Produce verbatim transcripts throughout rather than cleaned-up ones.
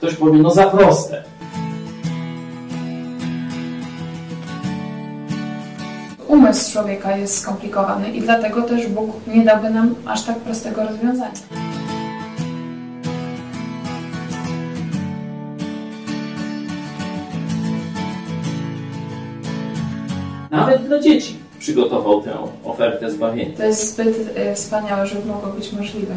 Ktoś powie, no za proste. Umysł człowieka jest skomplikowany i dlatego też Bóg nie dałby nam aż tak prostego rozwiązania. Nawet dla dzieci przygotował tę ofertę zbawienia. To jest zbyt y, wspaniałe, żeby mogło być możliwe.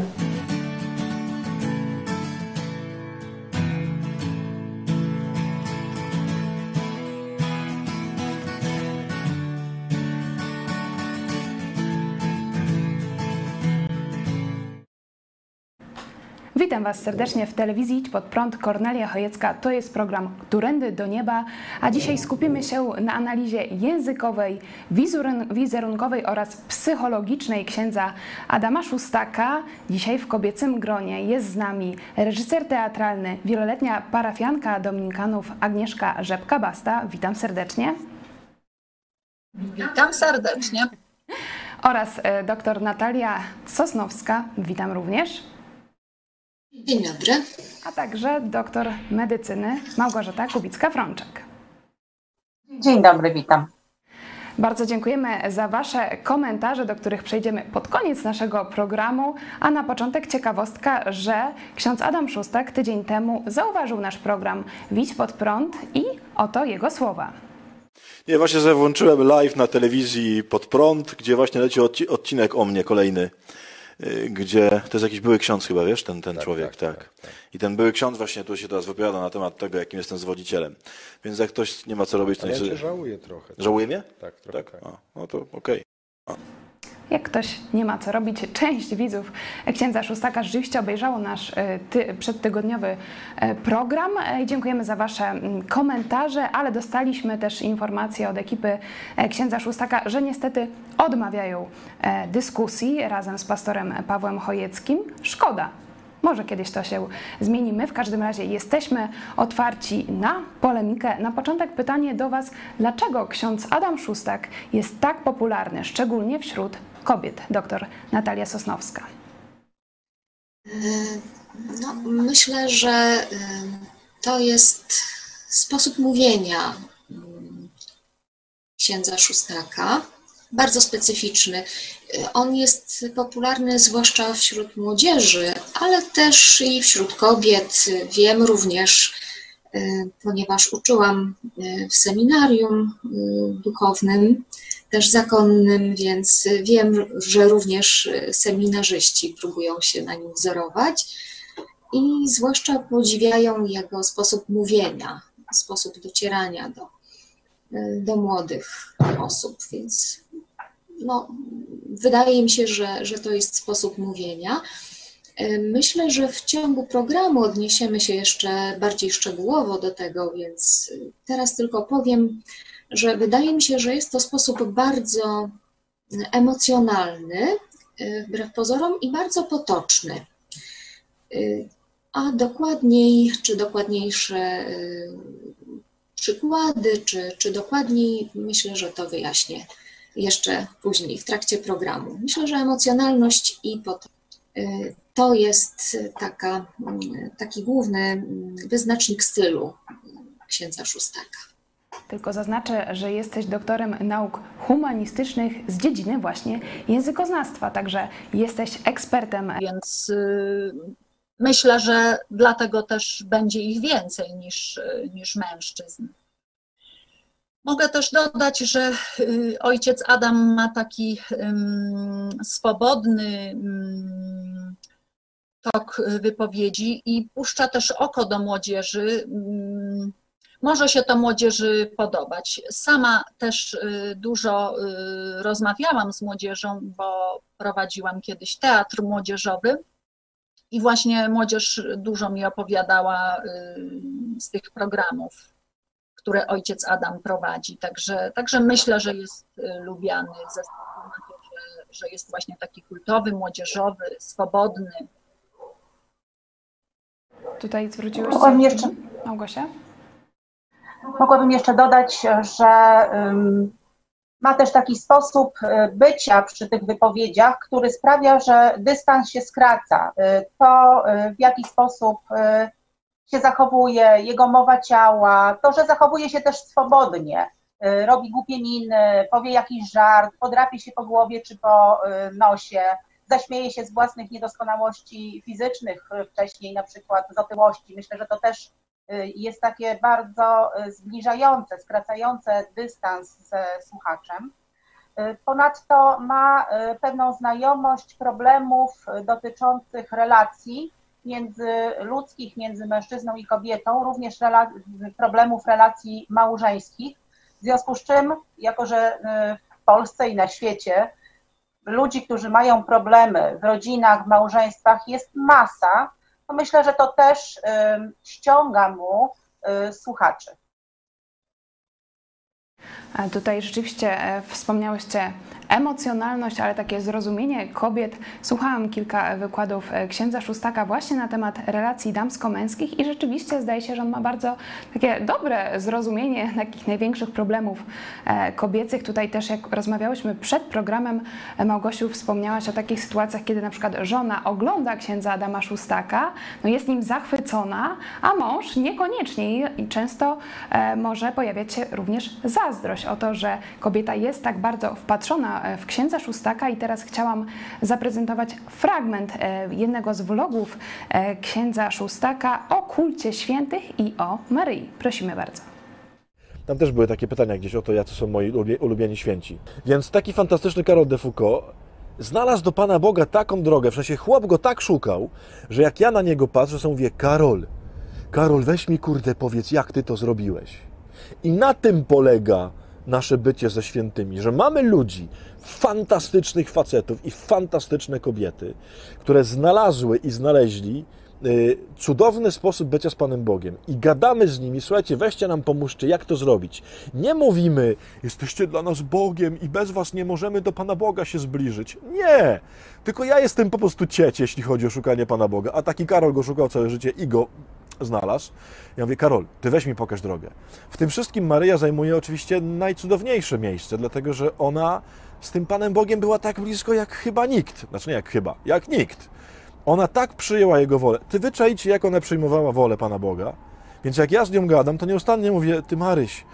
Witam Was serdecznie w telewizji Idź Pod Prąd. Kornelia Chojecka. To jest program Którędy do Nieba, a dzisiaj skupimy się na analizie językowej, wizerunkowej oraz psychologicznej księdza Adama Szóstaka. Dzisiaj w kobiecym gronie jest z nami reżyser teatralny, wieloletnia parafianka dominikanów Agnieszka Rzepka-Basta. Witam serdecznie. Witam serdecznie. Oraz dr Natalia Sosnowska. Witam również. Dzień dobry. A także doktor medycyny Małgorzata Kubicka-Frączek. Dzień dobry, witam. Bardzo dziękujemy za Wasze komentarze, do których przejdziemy pod koniec naszego programu. A na początek ciekawostka, że ksiądz Adam Szóstak tydzień temu zauważył nasz program Idź Pod Prąd i oto jego słowa. Nie, właśnie sobie włączyłem live na telewizji Pod Prąd, gdzie właśnie leci odcinek o mnie kolejny. Gdzie, to jest jakiś były ksiądz chyba, wiesz, ten, ten tak, człowiek, tak, tak. tak. I ten były ksiądz właśnie tu się teraz wypowiada na temat tego, jakim jestem zwodzicielem. Więc jak ktoś nie ma co robić, to nie... Ja nie... cię żałuję trochę. Żałuje mnie? Tak, trochę. Tak? A, no to okej. Okay. Jak ktoś nie ma co robić, część widzów księdza Szóstaka rzeczywiście obejrzało nasz ty, przedtygodniowy program. Dziękujemy za Wasze komentarze, ale dostaliśmy też informację od ekipy księdza Szóstaka, że niestety odmawiają dyskusji razem z pastorem Pawłem Chojeckim. Szkoda. Może kiedyś to się zmieni. My w każdym razie jesteśmy otwarci na polemikę. Na początek pytanie do Was. Dlaczego ksiądz Adam Szóstak jest tak popularny, szczególnie wśród kobiet? Doktor Natalia Sosnowska. No, myślę, że to jest sposób mówienia księdza Szóstaka. Bardzo specyficzny. On jest popularny zwłaszcza wśród młodzieży, ale też i wśród kobiet. Wiem również, ponieważ uczyłam w seminarium duchownym, też zakonnym, więc wiem, że również seminarzyści próbują się na nim wzorować i zwłaszcza podziwiają jego sposób mówienia, sposób docierania do, do młodych osób, więc no, wydaje mi się, że, że to jest sposób mówienia. Myślę, że w ciągu programu odniesiemy się jeszcze bardziej szczegółowo do tego, więc teraz tylko powiem, że wydaje mi się, że jest to sposób bardzo emocjonalny, wbrew pozorom, i bardzo potoczny. A dokładniej, czy dokładniejsze przykłady, czy, czy dokładniej, myślę, że to wyjaśnię jeszcze później, w trakcie programu. Myślę, że emocjonalność i potem to jest taka, taki główny wyznacznik stylu księdza Szóstaka. Tylko zaznaczę, że jesteś doktorem nauk humanistycznych z dziedziny właśnie językoznawstwa, także jesteś ekspertem. Więc myślę, że dlatego też będzie ich więcej niż, niż mężczyzn. Mogę też dodać, że ojciec Adam ma taki um, swobodny um, tok wypowiedzi i puszcza też oko do młodzieży. Um, może się to młodzieży podobać. Sama też dużo rozmawiałam z młodzieżą, bo prowadziłam kiedyś teatr młodzieżowy i właśnie młodzież dużo mi opowiadała z tych programów, które ojciec Adam prowadzi. Także, także myślę, że jest lubiany ze względu na to, że, że jest właśnie taki kultowy, młodzieżowy, swobodny. Tutaj zwróciłeś się... Mogłabym jeszcze, Małgosia? Mogłabym jeszcze dodać, że um, ma też taki sposób bycia przy tych wypowiedziach, który sprawia, że dystans się skraca. To, w jaki sposób się zachowuje, jego mowa ciała, to, że zachowuje się też swobodnie, robi głupie miny, powie jakiś żart, podrapie się po głowie czy po nosie, zaśmieje się z własnych niedoskonałości fizycznych wcześniej, na przykład z otyłości. Myślę, że to też jest takie bardzo zbliżające, skracające dystans ze słuchaczem. Ponadto ma pewną znajomość problemów dotyczących relacji międzyludzkich, między mężczyzną i kobietą, również rela problemów relacji małżeńskich. W związku z czym, jako że w Polsce i na świecie ludzi, którzy mają problemy w rodzinach, w małżeństwach jest masa, to myślę, że to też ściąga mu słuchaczy. Tutaj rzeczywiście wspomniałyście emocjonalność, ale takie zrozumienie kobiet. Słuchałam kilka wykładów księdza Szóstaka właśnie na temat relacji damsko-męskich i rzeczywiście zdaje się, że on ma bardzo takie dobre zrozumienie takich największych problemów kobiecych. Tutaj też jak rozmawiałyśmy przed programem, Małgosiu, wspomniałaś o takich sytuacjach, kiedy na przykład żona ogląda księdza Adama Szóstaka, no jest nim zachwycona, a mąż niekoniecznie i często może pojawiać się również zazdrość o to, że kobieta jest tak bardzo wpatrzona w księdza Szóstaka i teraz chciałam zaprezentować fragment jednego z vlogów księdza Szóstaka o kulcie świętych i o Maryi. Prosimy bardzo. Tam też były takie pytania gdzieś o to, jacy są moi ulubieni święci. Więc taki fantastyczny Karol de Foucauld znalazł do Pana Boga taką drogę, w sensie chłop go tak szukał, że jak ja na niego patrzę, to mówię: Karol, Karol, weź mi kurde powiedz, jak Ty to zrobiłeś. I na tym polega nasze bycie ze świętymi, że mamy ludzi, fantastycznych facetów i fantastyczne kobiety, które znalazły i znaleźli y, cudowny sposób bycia z Panem Bogiem i gadamy z nimi: słuchajcie, weźcie nam, pomóżcie, jak to zrobić. Nie mówimy: jesteście dla nas Bogiem i bez was nie możemy do Pana Boga się zbliżyć. Nie! Tylko ja jestem po prostu cieć, jeśli chodzi o szukanie Pana Boga, a taki Karol go szukał całe życie i go znalazł. Ja mówię: Karol, Ty weź mi pokaż drogę. W tym wszystkim Maryja zajmuje oczywiście najcudowniejsze miejsce, dlatego że ona z tym Panem Bogiem była tak blisko jak chyba nikt. Znaczy nie jak chyba, jak nikt. Ona tak przyjęła Jego wolę. Ty wyczajcie, jak ona przyjmowała wolę Pana Boga. Więc jak ja z nią gadam, to nieustannie mówię: Ty, Maryś,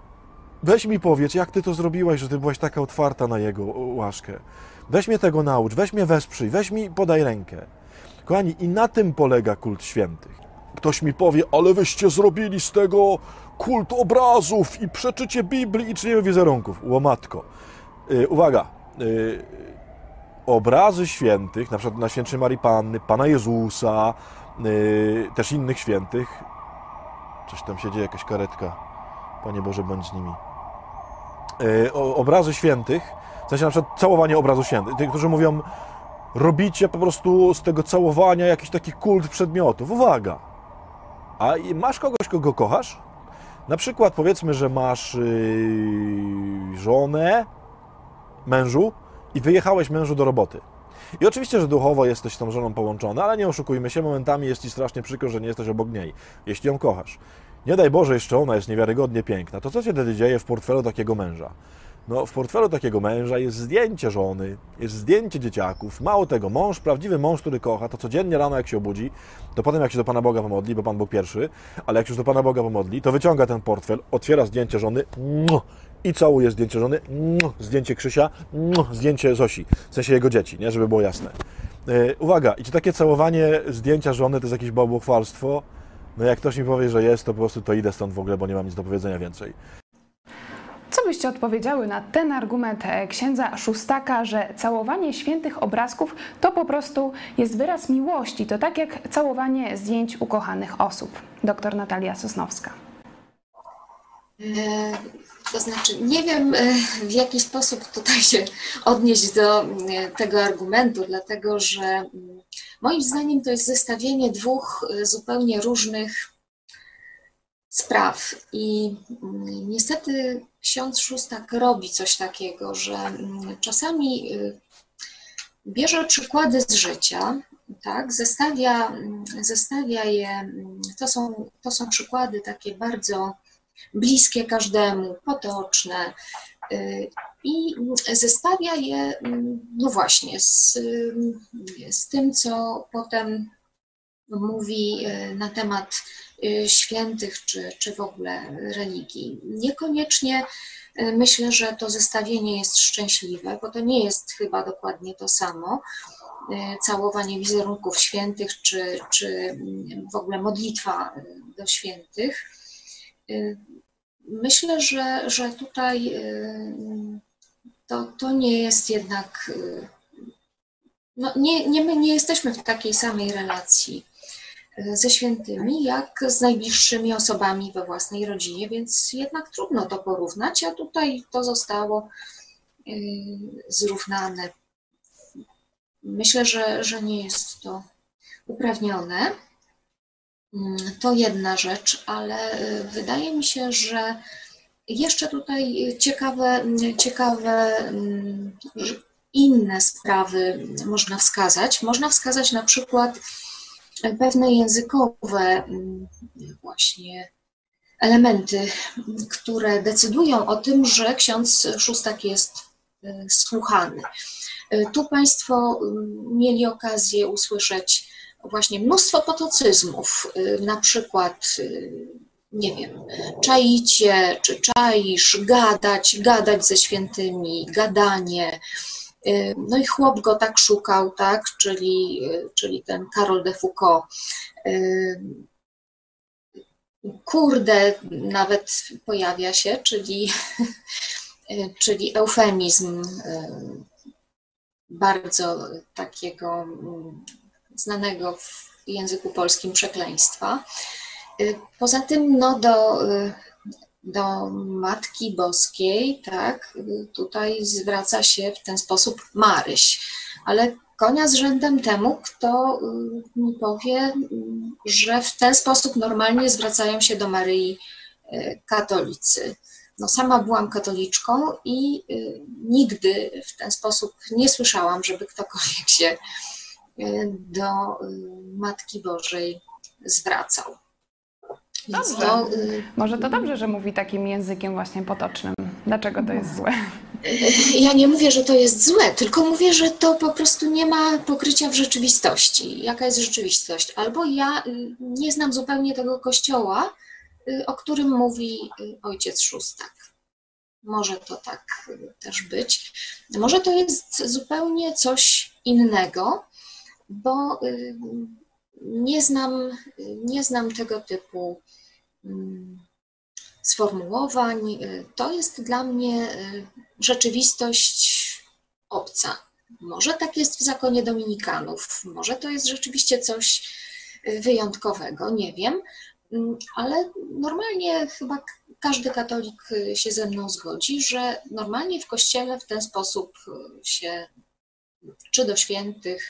weź mi powiedz, jak Ty to zrobiłaś, że Ty byłaś taka otwarta na Jego łaskę. Weź mnie tego naucz, weź mnie wesprzyj, weź mi podaj rękę. Kochani, i na tym polega kult świętych. Ktoś mi powie: ale wyście zrobili z tego kult obrazów i przeczycie Biblii i czynienie wizerunków. Łomatko. Yy, uwaga. Yy, obrazy świętych, na przykład na Świętszej Marii Panny, Pana Jezusa, yy, też innych świętych. Coś tam się dzieje, jakaś karetka. Panie Boże, bądź z nimi. Yy, obrazy świętych, w sensie na przykład całowanie obrazu świętych. Tych, którzy mówią: robicie po prostu z tego całowania jakiś taki kult przedmiotów. Uwaga! A masz kogoś, kogo kochasz? Na przykład powiedzmy, że masz yy, żonę, mężu i wyjechałeś mężu do roboty. I oczywiście, że duchowo jesteś z tą żoną połączony, ale nie oszukujmy się, momentami jest Ci strasznie przykro, że nie jesteś obok niej, jeśli ją kochasz. Nie daj Boże, jeszcze ona jest niewiarygodnie piękna. To co się wtedy dzieje w portfelu takiego męża? No, w portfelu takiego męża jest zdjęcie żony, jest zdjęcie dzieciaków. Mało tego, mąż, prawdziwy mąż, który kocha, to codziennie rano jak się obudzi, to potem jak się do Pana Boga pomodli, bo Pan Bóg pierwszy, ale jak już do Pana Boga pomodli, to wyciąga ten portfel, otwiera zdjęcie żony i całuje zdjęcie żony, zdjęcie Krzysia, zdjęcie Zosi, w sensie jego dzieci, nie, żeby było jasne. Yy, uwaga, i czy takie całowanie zdjęcia żony to jest jakieś bałwochwalstwo? No jak ktoś mi powie, że jest, to po prostu to idę stąd w ogóle, bo nie mam nic do powiedzenia więcej. Co byście odpowiedziały na ten argument księdza Szóstaka, że całowanie świętych obrazków to po prostu jest wyraz miłości, to tak jak całowanie zdjęć ukochanych osób? Doktor Natalia Sosnowska. To znaczy, nie wiem, w jaki sposób tutaj się odnieść do tego argumentu, dlatego że moim zdaniem to jest zestawienie dwóch zupełnie różnych spraw. I niestety ksiądz Szóstak robi coś takiego, że czasami bierze przykłady z życia, tak, zestawia, zestawia je, to są, to są przykłady takie bardzo bliskie każdemu, potoczne i zestawia je, no właśnie, z, z tym, co potem mówi na temat świętych czy, czy w ogóle religii. Niekoniecznie myślę, że to zestawienie jest szczęśliwe, bo to nie jest chyba dokładnie to samo. Całowanie wizerunków świętych czy, czy w ogóle modlitwa do świętych. Myślę, że, że tutaj to, to nie jest jednak, no nie, nie, my nie jesteśmy w takiej samej relacji ze świętymi, jak z najbliższymi osobami we własnej rodzinie, więc jednak trudno to porównać, a tutaj to zostało zrównane. Myślę, że, że nie jest to uprawnione. To jedna rzecz, ale wydaje mi się, że jeszcze tutaj ciekawe, ciekawe inne sprawy można wskazać. Można wskazać na przykład pewne językowe właśnie elementy, które decydują o tym, że ksiądz Szóstak jest słuchany. Tu Państwo mieli okazję usłyszeć właśnie mnóstwo potocyzmów, na przykład, nie wiem, czaicie, czy czaisz, gadać, gadać ze świętymi, gadanie. No i chłop go tak szukał, tak, czyli, czyli ten Karol de Foucault. Kurde nawet pojawia się, czyli, czyli eufemizm bardzo takiego znanego w języku polskim przekleństwa. Poza tym no do, do Matki Boskiej, tak, tutaj zwraca się w ten sposób Maryś, ale konia z rzędem temu, kto mi powie, że w ten sposób normalnie zwracają się do Maryi katolicy. No, sama byłam katoliczką i nigdy w ten sposób nie słyszałam, żeby ktokolwiek się do Matki Bożej zwracał. Dobrze. To, może to dobrze, że mówi takim językiem właśnie potocznym. Dlaczego to jest złe? Ja nie mówię, że to jest złe, tylko mówię, że to po prostu nie ma pokrycia w rzeczywistości. Jaka jest rzeczywistość? Albo ja nie znam zupełnie tego kościoła, o którym mówi ojciec Szóstak. Może to tak też być. Może to jest zupełnie coś innego, bo nie znam, nie znam tego typu sformułowań. To jest dla mnie rzeczywistość obca. Może tak jest w zakonie dominikanów, może to jest rzeczywiście coś wyjątkowego, nie wiem, ale normalnie chyba każdy katolik się ze mną zgodzi, że normalnie w kościele w ten sposób się czy do świętych,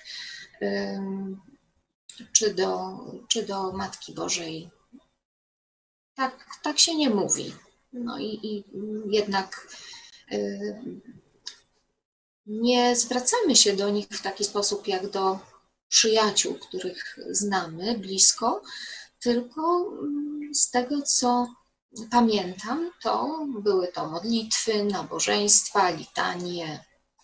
czy do, czy do Matki Bożej tak, tak się nie mówi. No i, i jednak nie zwracamy się do nich w taki sposób jak do przyjaciół, których znamy blisko, tylko z tego, co pamiętam, to były to modlitwy, nabożeństwa, litanie.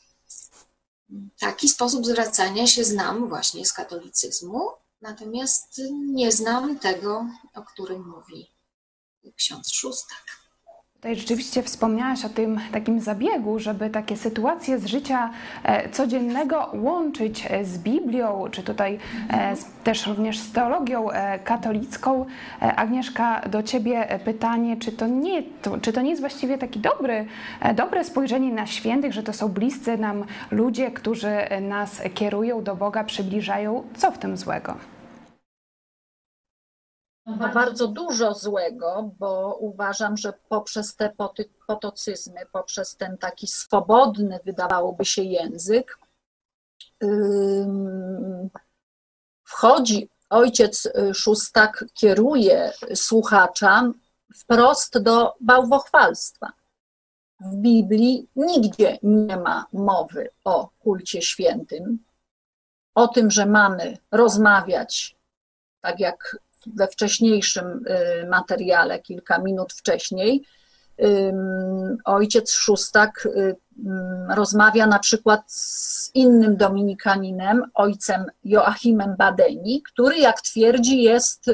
Taki sposób zwracania się znam właśnie z katolicyzmu, natomiast nie znam tego, o którym mówi ksiądz Szóstak. Tutaj rzeczywiście wspomniałaś o tym takim zabiegu, żeby takie sytuacje z życia codziennego łączyć z Biblią, czy tutaj też również z teologią katolicką. Agnieszka, do Ciebie pytanie, czy to nie, czy to nie jest właściwie taki dobry, dobre spojrzenie na świętych, że to są bliscy nam ludzie, którzy nas kierują do Boga, przybliżają. Co w tym złego? No bardzo dużo złego, bo uważam, że poprzez te potocyzmy, poprzez ten taki swobodny, wydawałoby się, język, wchodzi ojciec Szóstak, kieruje słuchacza wprost do bałwochwalstwa. W Biblii nigdzie nie ma mowy o kulcie świętym, o tym, że mamy rozmawiać, tak jak we wcześniejszym materiale, kilka minut wcześniej, ojciec Szóstak rozmawia na przykład z innym dominikaninem, ojcem Joachimem Badeni, który, jak twierdzi, jest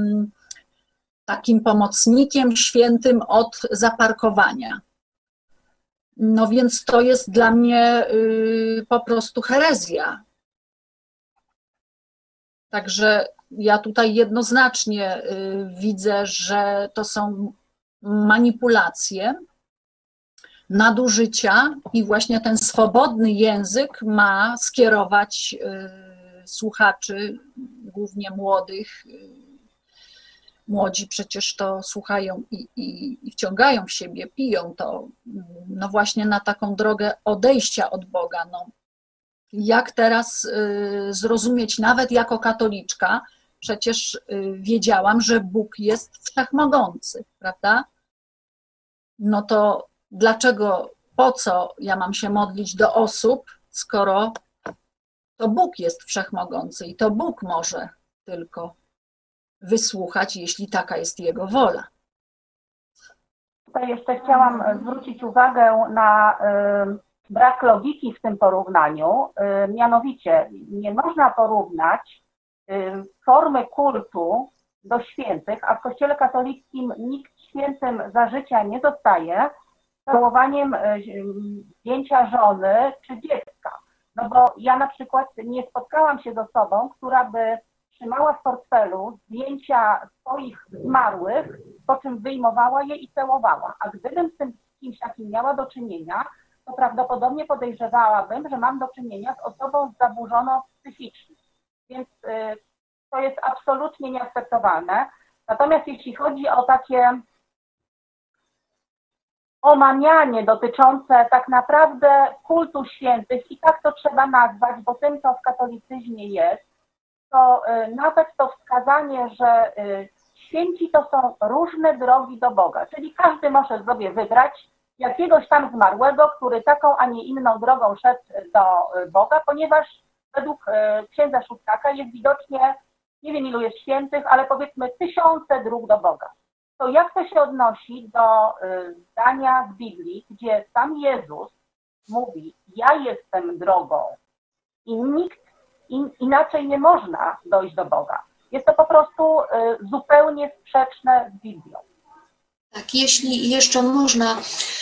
takim pomocnikiem świętym od zaparkowania. No więc to jest dla mnie po prostu herezja. Także ja tutaj jednoznacznie widzę, że to są manipulacje, nadużycia i właśnie ten swobodny język ma skierować słuchaczy, głównie młodych. Młodzi przecież to słuchają i, i, i wciągają w siebie, piją to, no właśnie na taką drogę odejścia od Boga. No, jak teraz zrozumieć, nawet jako katoliczka, przecież wiedziałam, że Bóg jest wszechmogący, prawda? No to dlaczego, po co ja mam się modlić do osób, skoro to Bóg jest wszechmogący i to Bóg może tylko wysłuchać, jeśli taka jest Jego wola. Tutaj jeszcze chciałam zwrócić uwagę na y, brak logiki w tym porównaniu. Y, mianowicie nie można porównać y, formy kultu do świętych, a w Kościele katolickim nikt świętym za życia nie zostaje, z całowaniem y, zdjęcia żony czy dziecka. No bo ja na przykład nie spotkałam się z osobą, która by trzymała w portfelu zdjęcia swoich zmarłych, po czym wyjmowała je i całowała. A gdybym z tym kimś takim miała do czynienia, to prawdopodobnie podejrzewałabym, że mam do czynienia z osobą zaburzoną psychicznie. Więc y, to jest absolutnie nieakceptowalne. Natomiast jeśli chodzi o takie omamianie dotyczące tak naprawdę kultu świętych, i tak to trzeba nazwać, bo tym to w katolicyzmie jest, to nawet to wskazanie, że święci to są różne drogi do Boga, czyli każdy może sobie wybrać jakiegoś tam zmarłego, który taką, a nie inną drogą szedł do Boga, ponieważ według księdza Szóstaka jest widocznie, nie wiem ilu jest świętych, ale powiedzmy tysiące dróg do Boga. To jak to się odnosi do zdania z Biblii, gdzie sam Jezus mówi, ja jestem drogą i nikt inaczej nie można dojść do Boga. Jest to po prostu zupełnie sprzeczne z Biblią. Tak, jeśli jeszcze można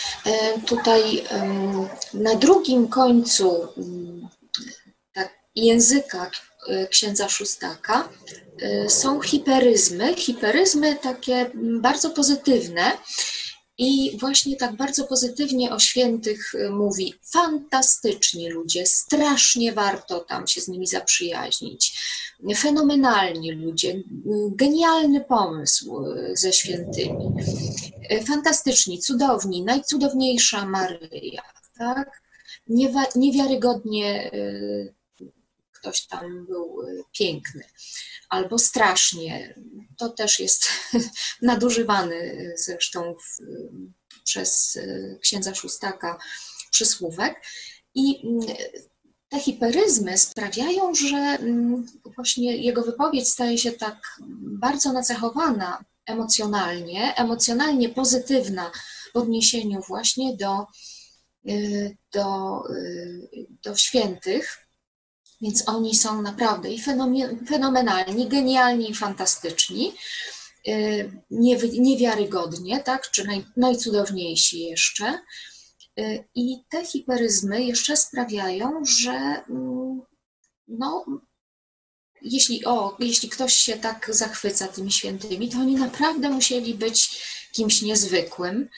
tutaj na drugim końcu tak, języka księdza Szóstaka są hiperyzmy, hiperyzmy takie bardzo pozytywne. I właśnie tak bardzo pozytywnie o świętych mówi: fantastyczni ludzie, strasznie warto tam się z nimi zaprzyjaźnić, fenomenalni ludzie, genialny pomysł ze świętymi, fantastyczni, cudowni, najcudowniejsza Maryja, tak? Niewiarygodnie ktoś tam był piękny. Albo strasznie. To też jest nadużywany zresztą w, przez księdza Szóstaka przysłówek. I te hiperyzmy sprawiają, że właśnie jego wypowiedź staje się tak bardzo nacechowana emocjonalnie, emocjonalnie pozytywna w odniesieniu właśnie do, do, do świętych. Więc oni są naprawdę i fenomenalni, genialni i fantastyczni, niewiarygodnie, tak, czy naj, najcudowniejsi jeszcze. I te hiperyzmy jeszcze sprawiają, że no, jeśli, o, jeśli ktoś się tak zachwyca tymi świętymi, to oni naprawdę musieli być kimś niezwykłym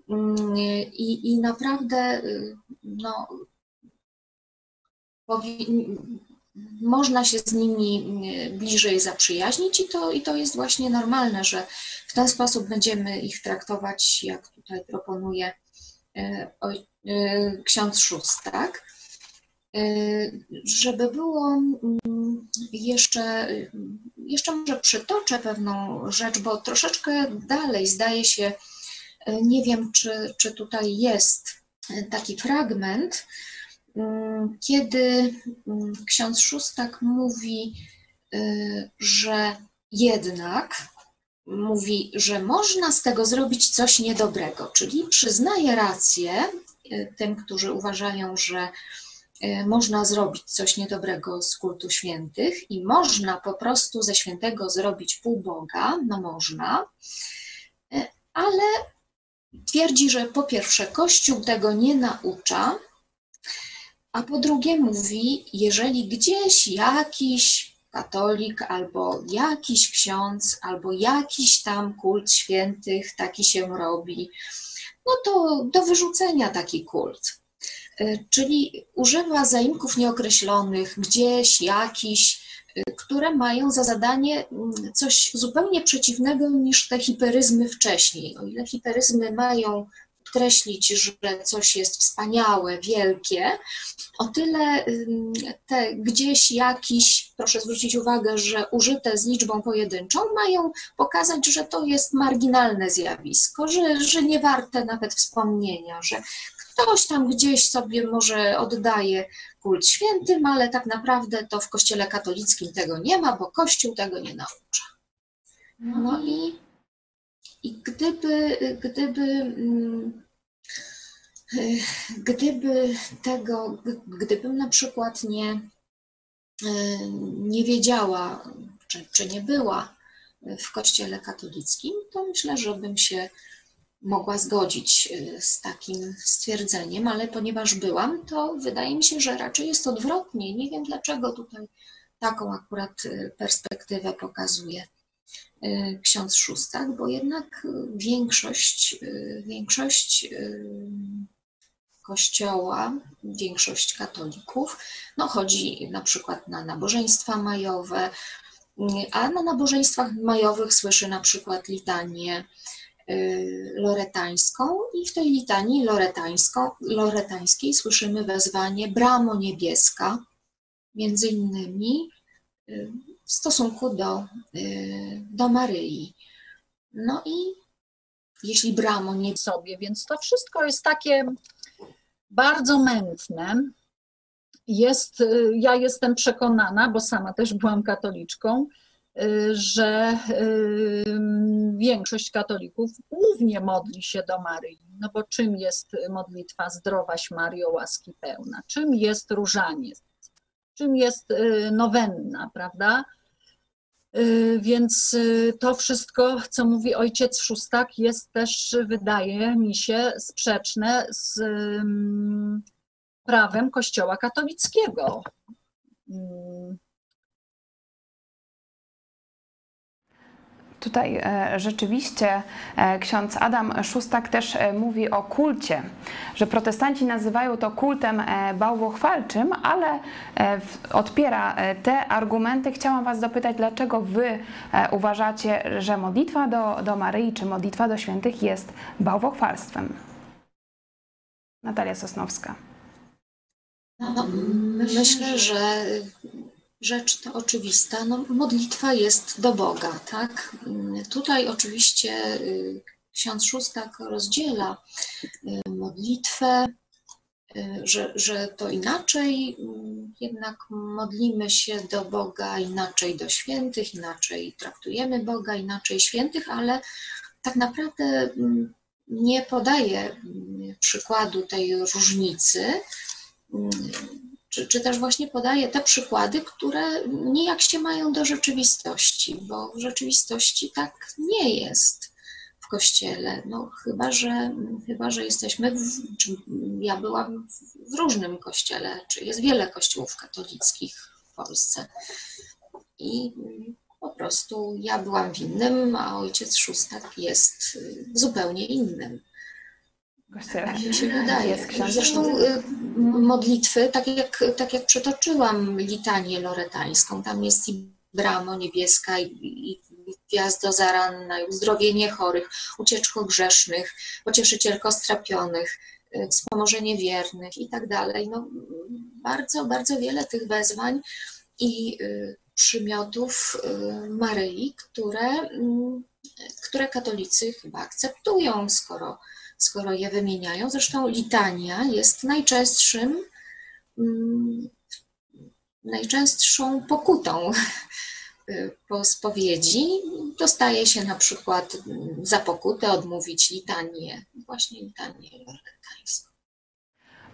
i, i naprawdę no, można się z nimi bliżej zaprzyjaźnić i to, i to jest właśnie normalne, że w ten sposób będziemy ich traktować, jak tutaj proponuje ksiądz Szóstak. Żeby było jeszcze, jeszcze może przytoczę pewną rzecz, bo troszeczkę dalej zdaje się, nie wiem, czy, czy tutaj jest taki fragment, kiedy ksiądz Szóstak mówi, że jednak mówi, że można z tego zrobić coś niedobrego, czyli przyznaje rację tym, którzy uważają, że można zrobić coś niedobrego z kultu świętych i można po prostu ze świętego zrobić półboga, no można, ale twierdzi, że po pierwsze Kościół tego nie naucza, a po drugie mówi, jeżeli gdzieś jakiś katolik albo jakiś ksiądz albo jakiś tam kult świętych taki się robi, no to do wyrzucenia taki kult. Czyli używa zaimków nieokreślonych, gdzieś jakiś, które mają za zadanie coś zupełnie przeciwnego niż te hiperyzmy wcześniej. O ile hiperyzmy mają podkreślić, że coś jest wspaniałe, wielkie, o tyle te gdzieś jakiś, proszę zwrócić uwagę, że użyte z liczbą pojedynczą, mają pokazać, że to jest marginalne zjawisko, że, że nie warte nawet wspomnienia, że ktoś tam gdzieś sobie może oddaje kult świętym, ale tak naprawdę to w Kościele katolickim tego nie ma, bo Kościół tego nie naucza. No i, i gdyby, gdyby, gdyby tego, gdybym na przykład nie, nie wiedziała, czy, czy nie była w Kościele katolickim, to myślę, że bym się mogła zgodzić z takim stwierdzeniem, ale ponieważ byłam, to wydaje mi się, że raczej jest odwrotnie. Nie wiem, dlaczego tutaj taką akurat perspektywę pokazuje ksiądz Szóstak, bo jednak większość, większość Kościoła, większość katolików, no chodzi na przykład na nabożeństwa majowe, a na nabożeństwach majowych słyszy na przykład litanię loretańską i w tej litanii loretańską, loretańskiej słyszymy wezwanie Bramo niebieska, między innymi w stosunku do, do Maryi. No i jeśli Bramo nie sobie, więc to wszystko jest takie bardzo mętne. Jest, ja jestem przekonana, bo sama też byłam katoliczką, że większość katolików głównie modli się do Maryi. No bo czym jest modlitwa Zdrowaś Maryjo, łaski pełna? Czym jest różaniec? Czym jest nowenna, prawda? Więc to wszystko, co mówi ojciec Szóstak, jest też, wydaje mi się, sprzeczne z prawem Kościoła katolickiego. Tutaj rzeczywiście ksiądz Adam Szóstak też mówi o kulcie, że protestanci nazywają to kultem bałwochwalczym, ale odpiera te argumenty. Chciałam was dopytać, dlaczego wy uważacie, że modlitwa do, do Maryi czy modlitwa do świętych jest bałwochwalstwem? Natalia Sosnowska. No, myślę, że rzecz to oczywista, no, modlitwa jest do Boga, tak? Tutaj oczywiście ksiądz Szóstak rozdziela modlitwę, że, że to inaczej, jednak modlimy się do Boga, inaczej do świętych, inaczej traktujemy Boga, inaczej świętych, ale tak naprawdę nie podaje przykładu tej różnicy, Czy, czy też właśnie podaje te przykłady, które nijak się mają do rzeczywistości, bo w rzeczywistości tak nie jest w Kościele. No, chyba, że, chyba, że jesteśmy, w, czy ja byłam w różnym kościele, czy jest wiele kościołów katolickich w Polsce. I po prostu ja byłam w innym, a ojciec Szóstak jest w zupełnie innym. Tak mi się wydaje. Zresztą modlitwy, tak jak, tak jak przytoczyłam litanię loretańską, tam jest i Bramo niebieska, i, i gwiazdo zaranna, i uzdrowienie chorych, ucieczko grzesznych, pocieszycielko strapionych, wspomożenie wiernych i tak dalej. No, bardzo, bardzo wiele tych wezwań i przymiotów Maryi, które, które katolicy chyba akceptują, skoro skoro je wymieniają. Zresztą litania jest najczęstszym, najczęstszą pokutą po spowiedzi. Dostaje się na przykład za pokutę odmówić litanię, właśnie litanię loretańską.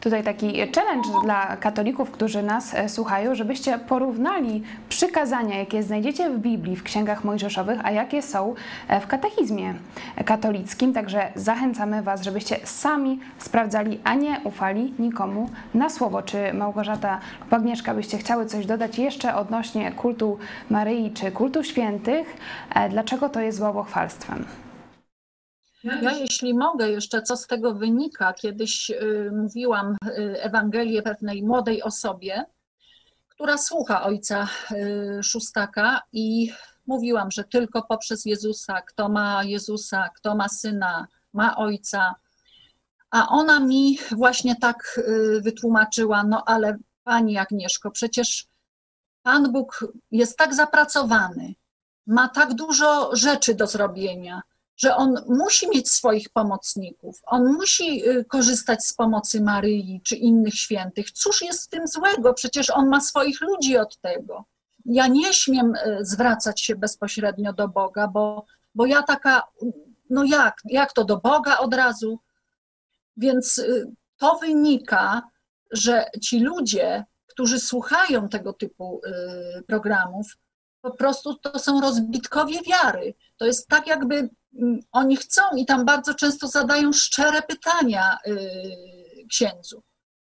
Tutaj taki challenge dla katolików, którzy nas słuchają, żebyście porównali przykazania, jakie znajdziecie w Biblii, w księgach mojżeszowych, a jakie są w katechizmie katolickim. Także zachęcamy Was, żebyście sami sprawdzali, a nie ufali nikomu na słowo. Czy Małgorzata lub Agnieszka byście chciały coś dodać jeszcze odnośnie kultu Maryi czy kultu świętych? Dlaczego to jest bałwochwalstwem? Ja, jeśli mogę, jeszcze co z tego wynika, kiedyś y, mówiłam y, Ewangelię pewnej młodej osobie, która słucha ojca y, Szóstaka i mówiłam, że tylko poprzez Jezusa, kto ma Jezusa, kto ma Syna, ma Ojca. A ona mi właśnie tak y, wytłumaczyła, no ale Pani Agnieszko, przecież Pan Bóg jest tak zapracowany, ma tak dużo rzeczy do zrobienia, że On musi mieć swoich pomocników, On musi korzystać z pomocy Maryi czy innych świętych. Cóż jest w tym złego? Przecież On ma swoich ludzi od tego. Ja nie śmiem zwracać się bezpośrednio do Boga, bo, bo ja taka, no jak, jak to do Boga od razu? Więc to wynika, że ci ludzie, którzy słuchają tego typu programów, po prostu to są rozbitkowie wiary. To jest tak, jakby oni chcą i tam bardzo często zadają szczere pytania księdzu.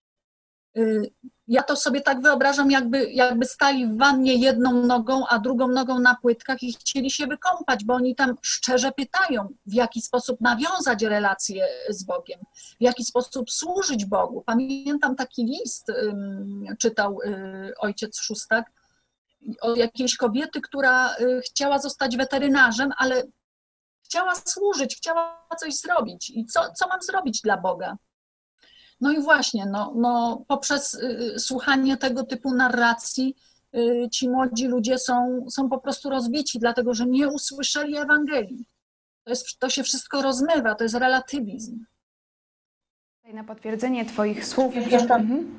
Ja to sobie tak wyobrażam, jakby, jakby stali w wannie jedną nogą, a drugą nogą na płytkach i chcieli się wykąpać, bo oni tam szczerze pytają, w jaki sposób nawiązać relacje z Bogiem, w jaki sposób służyć Bogu. Pamiętam taki list, czytał ojciec Szóstak, od jakiejś kobiety, która chciała zostać weterynarzem, ale chciała służyć, chciała coś zrobić. I co, co mam zrobić dla Boga? No i właśnie, no, no, poprzez y, słuchanie tego typu narracji y, ci młodzi ludzie są, są po prostu rozbici, dlatego że nie usłyszeli Ewangelii. To, jest, to się wszystko rozmywa, to jest relatywizm. Na potwierdzenie Twoich słów. Jeszcze,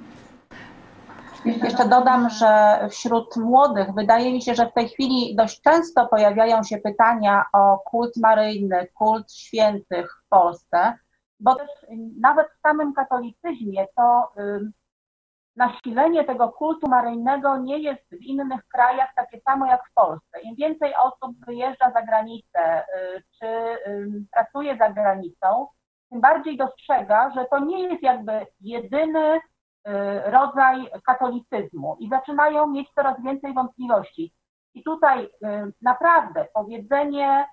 jeszcze dodam, że wśród młodych wydaje mi się, że w tej chwili dość często pojawiają się pytania o kult maryjny, kult świętych w Polsce, bo też nawet w samym katolicyzmie to y, nasilenie tego kultu maryjnego nie jest w innych krajach takie samo jak w Polsce. Im więcej osób wyjeżdża za granicę y, czy y, pracuje za granicą, tym bardziej dostrzega, że to nie jest jakby jedyny y, rodzaj katolicyzmu i zaczynają mieć coraz więcej wątpliwości. I tutaj y, naprawdę powiedzenie,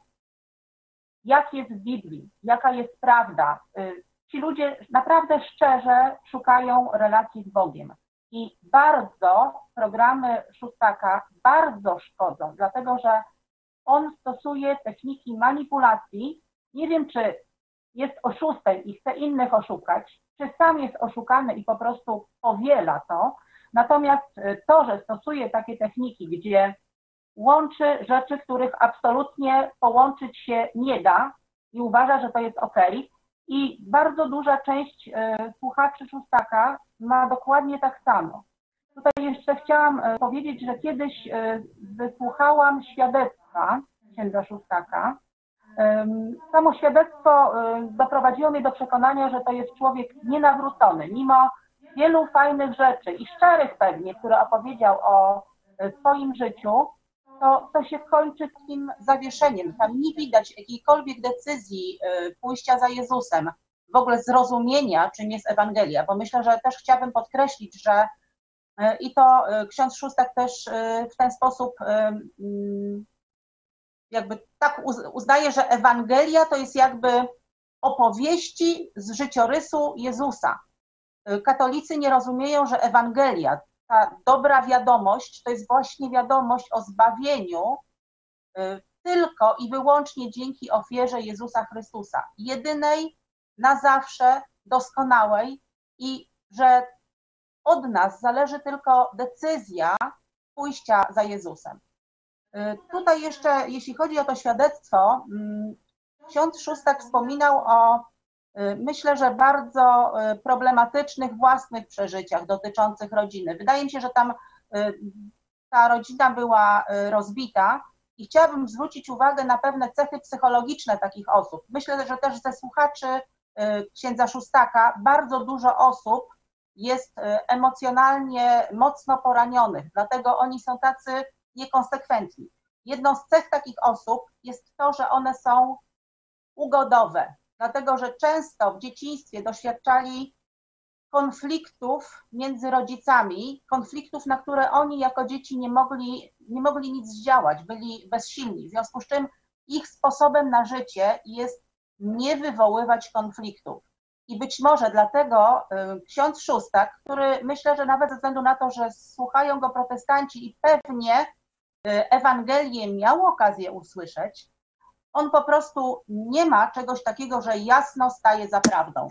jak jest w Biblii, jaka jest prawda. Ci ludzie naprawdę szczerze szukają relacji z Bogiem. I bardzo programy Szóstaka bardzo szkodzą, dlatego że on stosuje techniki manipulacji. Nie wiem, czy jest oszustem i chce innych oszukać, czy sam jest oszukany i po prostu powiela to. Natomiast to, że stosuje takie techniki, gdzie łączy rzeczy, których absolutnie połączyć się nie da i uważa, że to jest ok. I bardzo duża część y, słuchaczy Szóstaka ma dokładnie tak samo. Tutaj jeszcze chciałam y, powiedzieć, że kiedyś y, wysłuchałam świadectwa księdza Szóstaka. Y, samo świadectwo y, doprowadziło mnie do przekonania, że to jest człowiek nienawrócony, mimo wielu fajnych rzeczy i szczerych pewnie, które opowiedział o y, swoim życiu. To, to się kończy takim zawieszeniem. Tam nie widać jakiejkolwiek decyzji y, pójścia za Jezusem, w ogóle zrozumienia, czym jest Ewangelia, bo myślę, że też chciałabym podkreślić, że y, i to y, ksiądz Szóstak też y, w ten sposób y, y, jakby tak uz, uznaje, że Ewangelia to jest jakby opowieści z życiorysu Jezusa. Y, katolicy nie rozumieją, że Ewangelia, ta dobra wiadomość, to jest właśnie wiadomość o zbawieniu y, tylko i wyłącznie dzięki ofierze Jezusa Chrystusa, jedynej, na zawsze, doskonałej i że od nas zależy tylko decyzja pójścia za Jezusem. Y, tutaj jeszcze, jeśli chodzi o to świadectwo, y, ksiądz Szóstak wspominał o myślę, że bardzo problematycznych własnych przeżyciach dotyczących rodziny. Wydaje mi się, że tam ta rodzina była rozbita i chciałabym zwrócić uwagę na pewne cechy psychologiczne takich osób. Myślę, że też ze słuchaczy księdza Szóstaka bardzo dużo osób jest emocjonalnie mocno poranionych, dlatego oni są tacy niekonsekwentni. Jedną z cech takich osób jest to, że one są ugodowe, dlatego że często w dzieciństwie doświadczali konfliktów między rodzicami, konfliktów, na które oni jako dzieci nie mogli, nie mogli nic zdziałać, byli bezsilni, w związku z czym ich sposobem na życie jest nie wywoływać konfliktów. I być może dlatego ksiądz Szóstak, który myślę, że nawet ze względu na to, że słuchają go protestanci i pewnie Ewangelię miał okazję usłyszeć, on po prostu nie ma czegoś takiego, że jasno staje za prawdą.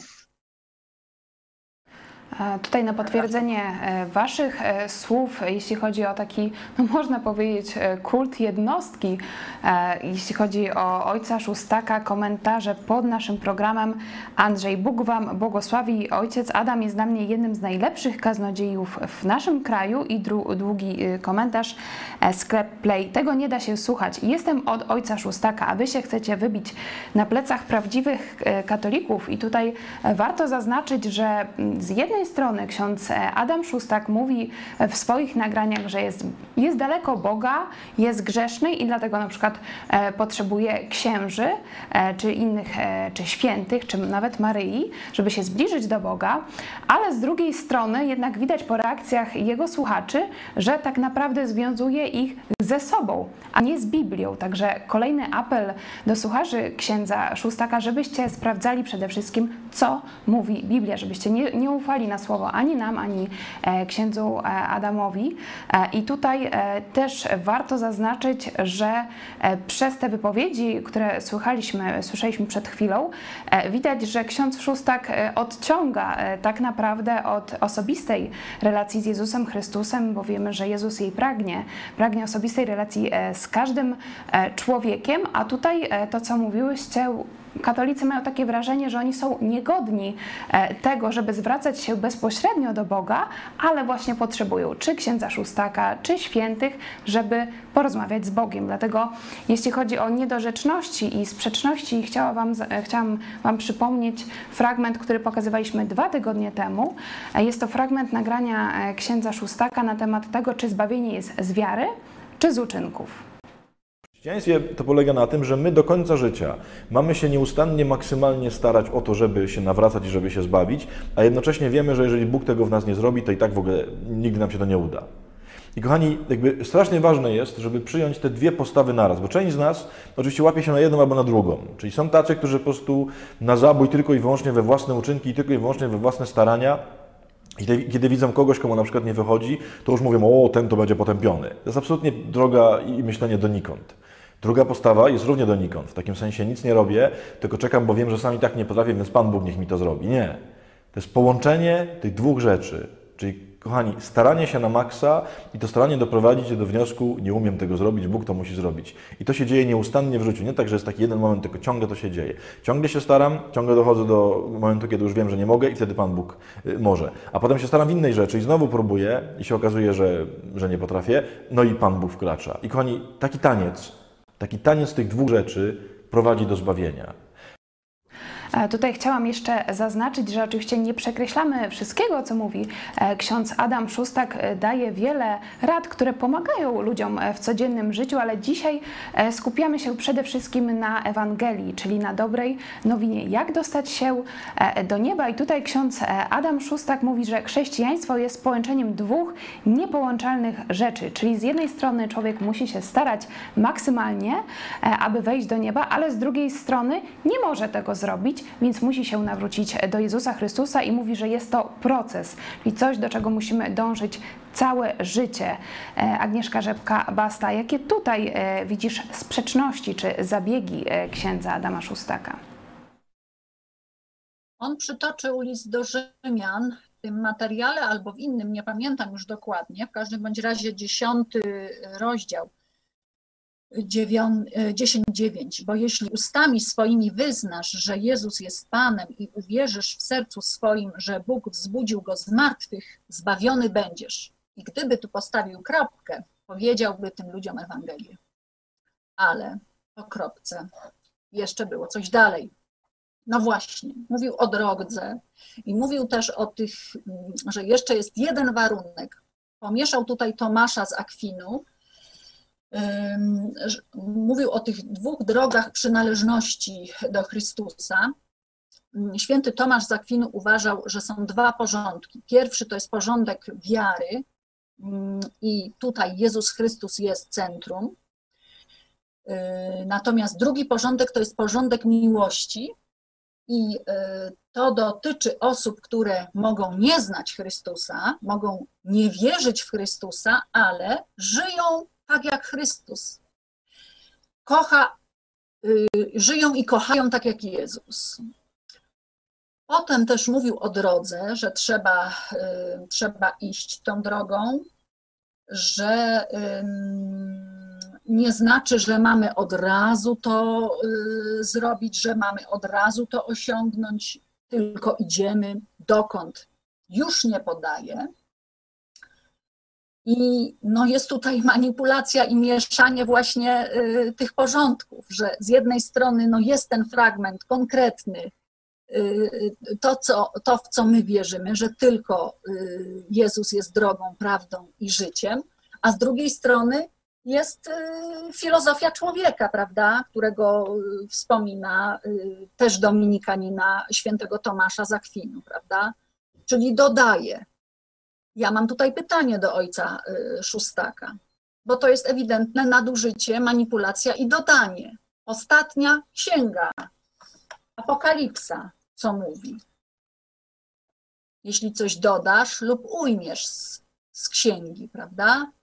Tutaj na potwierdzenie Waszych słów, jeśli chodzi o taki, no można powiedzieć, kult jednostki, jeśli chodzi o ojca Szóstaka, komentarze pod naszym programem. Andrzej, Bóg Wam błogosławi. Ojciec Adam jest dla mnie jednym z najlepszych kaznodziejów w naszym kraju. I długi komentarz, sklep Play. Tego nie da się słuchać. Jestem od ojca Szóstaka, a Wy się chcecie wybić na plecach prawdziwych katolików. I tutaj warto zaznaczyć, że z jednej strony ksiądz Adam Szóstak mówi w swoich nagraniach, że jest, jest daleko Boga, jest grzeszny i dlatego na przykład potrzebuje księży, czy innych, czy świętych, czy nawet Maryi, żeby się zbliżyć do Boga, ale z drugiej strony jednak widać po reakcjach jego słuchaczy, że tak naprawdę związuje ich ze sobą, a nie z Biblią. Także kolejny apel do słuchaczy księdza Szóstaka, żebyście sprawdzali przede wszystkim, co mówi Biblia, żebyście nie, nie ufali na słowo ani nam, ani księdzu Adamowi. I tutaj też warto zaznaczyć, że przez te wypowiedzi, które słuchaliśmy, słyszeliśmy przed chwilą, widać, że ksiądz Szóstak odciąga tak naprawdę od osobistej relacji z Jezusem Chrystusem, bo wiemy, że Jezus jej pragnie, pragnie osobistej relacji z każdym człowiekiem, a tutaj to, co mówiłyście, katolicy mają takie wrażenie, że oni są niegodni tego, żeby zwracać się bezpośrednio do Boga, ale właśnie potrzebują czy księdza Szóstaka, czy świętych, żeby porozmawiać z Bogiem. Dlatego jeśli chodzi o niedorzeczności i sprzeczności, chciałam wam, chciałam Wam przypomnieć fragment, który pokazywaliśmy dwa tygodnie temu. Jest to fragment nagrania księdza Szóstaka na temat tego, czy zbawienie jest z wiary, czy z uczynków. W chrześcijaństwie to polega na tym, że my do końca życia mamy się nieustannie, maksymalnie starać o to, żeby się nawracać i żeby się zbawić, a jednocześnie wiemy, że jeżeli Bóg tego w nas nie zrobi, to i tak w ogóle nigdy nam się to nie uda. I kochani, jakby strasznie ważne jest, żeby przyjąć te dwie postawy naraz, bo część z nas oczywiście łapie się na jedną albo na drugą. Czyli są tacy, którzy po prostu na zabój tylko i wyłącznie we własne uczynki i tylko i wyłącznie we własne starania. I kiedy widzą kogoś, komu na przykład nie wychodzi, to już mówią, o, ten to będzie potępiony. To jest absolutnie droga i myślenie donikąd. Druga postawa jest równie donikąd. W takim sensie nic nie robię, tylko czekam, bo wiem, że sam i tak nie potrafię, więc Pan Bóg niech mi to zrobi. Nie. To jest połączenie tych dwóch rzeczy. Czyli, kochani, staranie się na maksa i to staranie doprowadzić się do wniosku, nie umiem tego zrobić, Bóg to musi zrobić. I to się dzieje nieustannie w życiu. Nie tak, że jest taki jeden moment, tylko ciągle to się dzieje. Ciągle się staram, ciągle dochodzę do momentu, kiedy już wiem, że nie mogę i wtedy Pan Bóg może. A potem się staram w innej rzeczy i znowu próbuję i się okazuje, że, że nie potrafię, no i Pan Bóg wkracza. I kochani, taki taniec, taki taniec tych dwóch rzeczy prowadzi do zbawienia. Tutaj chciałam jeszcze zaznaczyć, że oczywiście nie przekreślamy wszystkiego, co mówi ksiądz Adam Szóstak. Daje wiele rad, które pomagają ludziom w codziennym życiu, ale dzisiaj skupiamy się przede wszystkim na Ewangelii, czyli na dobrej nowinie. Jak dostać się do nieba? I tutaj ksiądz Adam Szóstak mówi, że chrześcijaństwo jest połączeniem dwóch niepołączalnych rzeczy, czyli z jednej strony człowiek musi się starać maksymalnie, aby wejść do nieba, ale z drugiej strony nie może tego zrobić, więc musi się nawrócić do Jezusa Chrystusa i mówi, że jest to proces, czyli coś, do czego musimy dążyć całe życie. Agnieszka Rzepka-Basta, jakie tutaj widzisz sprzeczności czy zabiegi księdza Adama Szóstaka? On przytoczył list do Rzymian w tym materiale albo w innym, nie pamiętam już dokładnie, w każdym bądź razie dziesiąty rozdział, dziesięć dziewięć, bo jeśli ustami swoimi wyznasz, że Jezus jest Panem i uwierzysz w sercu swoim, że Bóg wzbudził Go z martwych, zbawiony będziesz. I gdyby tu postawił kropkę, powiedziałby tym ludziom Ewangelię. Ale po kropce jeszcze było coś dalej. No właśnie, mówił o drodze i mówił też o tych, że jeszcze jest jeden warunek. Pomieszał tutaj Tomasza z Akwinu. Mówił o tych dwóch drogach przynależności do Chrystusa. Święty Tomasz z Akwinu uważał, że są dwa porządki. Pierwszy to jest porządek wiary i tutaj Jezus Chrystus jest centrum. Natomiast drugi porządek to jest porządek miłości i to dotyczy osób, które mogą nie znać Chrystusa, mogą nie wierzyć w Chrystusa, ale żyją tak jak Chrystus. Kocha, żyją i kochają tak jak Jezus. Potem też mówił o drodze, że trzeba, trzeba iść tą drogą, że nie znaczy, że mamy od razu to zrobić, że mamy od razu to osiągnąć, tylko idziemy dokąd już nie podaje. I no jest tutaj manipulacja i mieszanie właśnie tych porządków, że z jednej strony no jest ten fragment konkretny, to, co, to w co my wierzymy, że tylko Jezus jest drogą, prawdą i życiem, a z drugiej strony jest filozofia człowieka, prawda, którego wspomina też dominikanina świętego Tomasza z Akwinu, prawda, czyli dodaje. Ja mam tutaj pytanie do ojca Szóstaka, bo to jest ewidentne nadużycie, manipulacja i dodanie. Ostatnia księga, Apokalipsa, co mówi? Jeśli coś dodasz lub ujmiesz z, z księgi, prawda?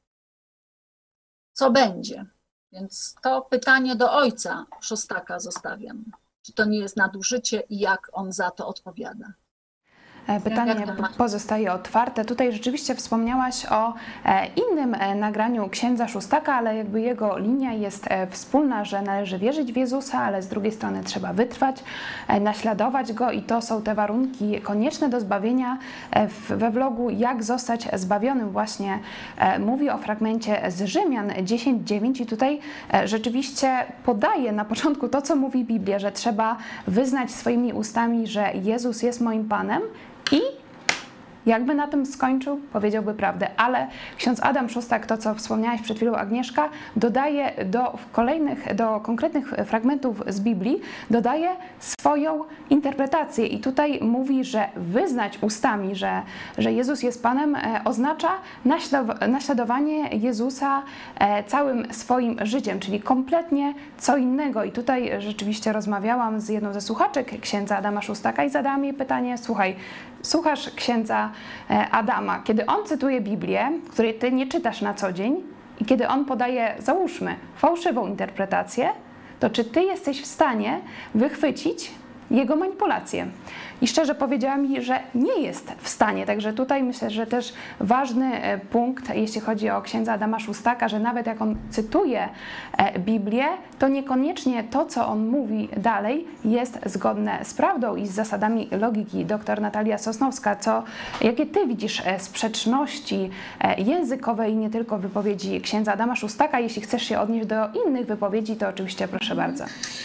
Co będzie? Więc to pytanie do ojca Szóstaka zostawiam. Czy to nie jest nadużycie i jak on za to odpowiada? Pytanie pozostaje otwarte. Tutaj rzeczywiście wspomniałaś o innym nagraniu księdza Szóstaka, ale jakby jego linia jest wspólna, że należy wierzyć w Jezusa, ale z drugiej strony trzeba wytrwać, naśladować Go i to są te warunki konieczne do zbawienia. We vlogu Jak zostać zbawionym właśnie mówi o fragmencie z Rzymian dziesięć dziewięć i tutaj rzeczywiście podaje na początku to, co mówi Biblia, że trzeba wyznać swoimi ustami, że Jezus jest moim Panem. I jakby na tym skończył, powiedziałby prawdę, ale ksiądz Adam Szóstak, to co wspomniałaś przed chwilą Agnieszka, dodaje do kolejnych, do konkretnych fragmentów z Biblii, dodaje swoją interpretację i tutaj mówi, że wyznać ustami, że, że Jezus jest Panem, oznacza naśladowanie Jezusa całym swoim życiem, czyli kompletnie co innego i tutaj rzeczywiście rozmawiałam z jedną ze słuchaczek księdza Adama Szóstaka i zadałam jej pytanie, słuchaj, słuchasz księdza Adama, kiedy on cytuje Biblię, której ty nie czytasz na co dzień i kiedy on podaje, załóżmy, fałszywą interpretację, to czy ty jesteś w stanie wychwycić jego manipulację? I szczerze powiedziała mi, że nie jest w stanie, także tutaj myślę, że też ważny punkt, jeśli chodzi o księdza Adama Szóstaka, że nawet jak on cytuje Biblię, to niekoniecznie to, co on mówi dalej, jest zgodne z prawdą i z zasadami logiki. Doktor Natalia Sosnowska, co, jakie ty widzisz sprzeczności językowe i nie tylko wypowiedzi księdza Adama Szóstaka? Jeśli chcesz się odnieść do innych wypowiedzi, to oczywiście proszę bardzo.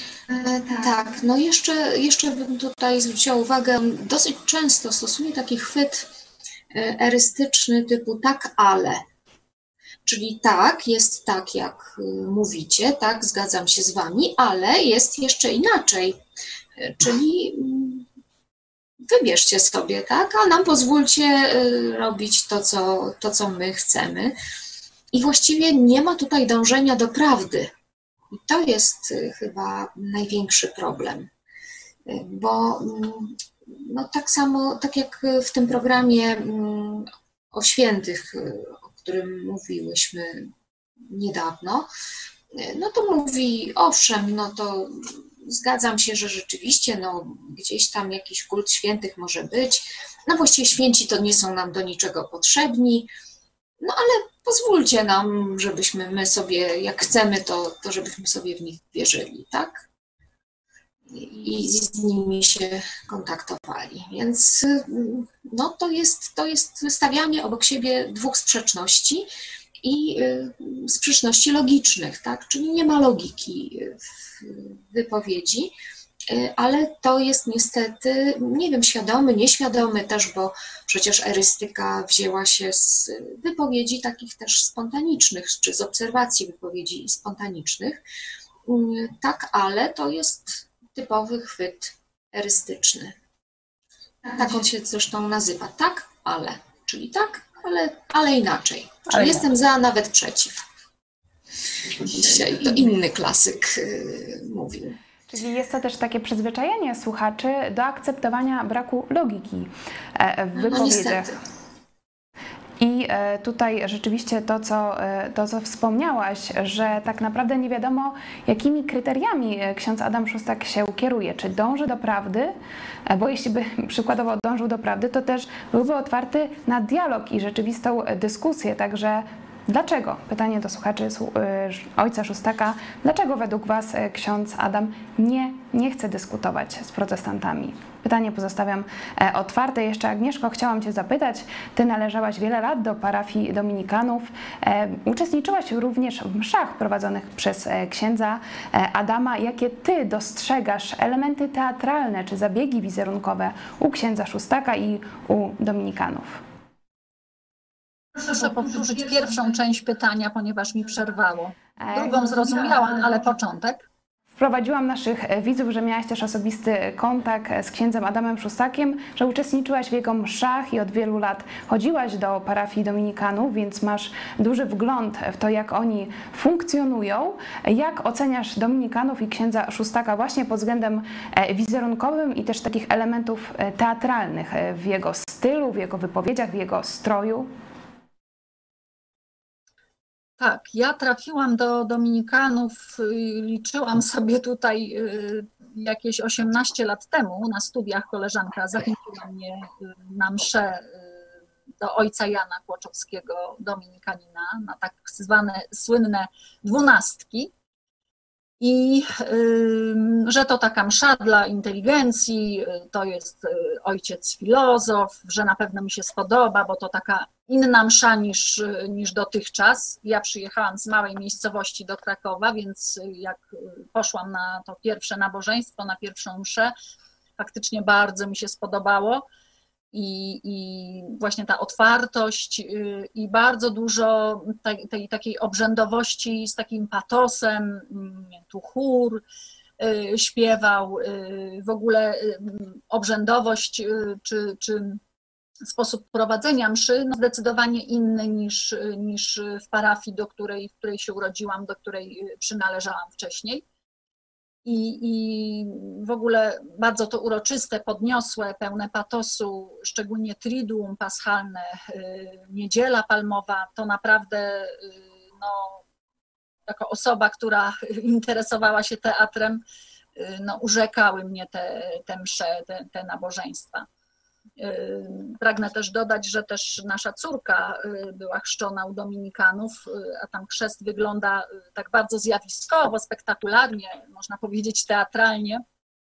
Tak, no jeszcze, jeszcze bym tutaj zwróciła uwagę, dosyć często stosuję taki chwyt erystyczny typu tak, ale. Czyli tak, jest tak, jak mówicie, tak, zgadzam się z wami, ale jest jeszcze inaczej. Czyli wybierzcie sobie, tak, a nam pozwólcie robić to, co, to, co my chcemy. I właściwie nie ma tutaj dążenia do prawdy. I to jest chyba największy problem, bo no tak samo, tak jak w tym programie o świętych, o którym mówiłyśmy niedawno, no to mówi, owszem, no to zgadzam się, że rzeczywiście no, gdzieś tam jakiś kult świętych może być, no właściwie święci to nie są nam do niczego potrzebni, no ale pozwólcie nam, żebyśmy my sobie, jak chcemy, to, to żebyśmy sobie w nich wierzyli, tak? I z nimi się kontaktowali. Więc no, to jest, to jest stawianie obok siebie dwóch sprzeczności i sprzeczności logicznych, tak? Czyli nie ma logiki w wypowiedzi. ale to jest niestety, nie wiem, świadomy, nieświadomy też, bo przecież erystyka wzięła się z wypowiedzi takich też spontanicznych, czy z obserwacji wypowiedzi spontanicznych. Tak, ale to jest typowy chwyt erystyczny. Tak on się zresztą nazywa. Tak, ale. Czyli tak, ale, ale inaczej. Czyli ale jestem za, nawet przeciw. Dzisiaj to inny klasyk yy, mówił. Czyli jest to też takie przyzwyczajenie słuchaczy do akceptowania braku logiki w wypowiedziach. No, I tutaj rzeczywiście to co, to, co wspomniałaś, że tak naprawdę nie wiadomo, jakimi kryteriami ksiądz Adam Szustak się kieruje. Czy dąży do prawdy, bo jeśli by przykładowo dążył do prawdy, to też byłby otwarty na dialog i rzeczywistą dyskusję. Także dlaczego? Pytanie do słuchaczy ojca Szustaka. Dlaczego według Was ksiądz Adam nie, nie chce dyskutować z protestantami? Pytanie pozostawiam otwarte. Jeszcze Agnieszko, chciałam Cię zapytać. Ty należałaś wiele lat do parafii dominikanów. Uczestniczyłaś również w mszach prowadzonych przez księdza Adama. Jakie Ty dostrzegasz elementy teatralne czy zabiegi wizerunkowe u księdza Szustaka i u dominikanów? Proszę powtórzyć pierwszą część pytania, ponieważ mi przerwało. Drugą zrozumiałam, ale początek. Wprowadziłam naszych widzów, że miałaś też osobisty kontakt z księdzem Adamem Szustakiem, że uczestniczyłaś w jego mszach i od wielu lat chodziłaś do parafii dominikanów, więc masz duży wgląd w to, jak oni funkcjonują. Jak oceniasz dominikanów i księdza Szustaka właśnie pod względem wizerunkowym i też takich elementów teatralnych w jego stylu, w jego wypowiedziach, w jego stroju? Tak, ja trafiłam do dominikanów, liczyłam sobie tutaj jakieś osiemnaście lat temu na studiach. Koleżanka zachęciła mnie na mszę do ojca Jana Kłoczowskiego, dominikanina, na tak zwane słynne dwunastki. I że to taka msza dla inteligencji, to jest ojciec filozof, że na pewno mi się spodoba, bo to taka inna msza niż, niż dotychczas. Ja przyjechałam z małej miejscowości do Krakowa, więc jak poszłam na to pierwsze nabożeństwo, na pierwszą mszę, faktycznie bardzo mi się spodobało. I, i właśnie ta otwartość i bardzo dużo tej, tej takiej obrzędowości z takim patosem, tu chór śpiewał, w ogóle obrzędowość czy, czy sposób prowadzenia mszy no zdecydowanie inny niż, niż w parafii, do której, w której się urodziłam, do której przynależałam wcześniej. I, I w ogóle bardzo to uroczyste, podniosłe, pełne patosu, szczególnie triduum paschalne, Niedziela Palmowa, to naprawdę no, jako osoba, która interesowała się teatrem, no, urzekały mnie te, te msze, te, te nabożeństwa. Pragnę też dodać, że też nasza córka była chrzczona u dominikanów, a tam chrzest wygląda tak bardzo zjawiskowo, spektakularnie, można powiedzieć teatralnie.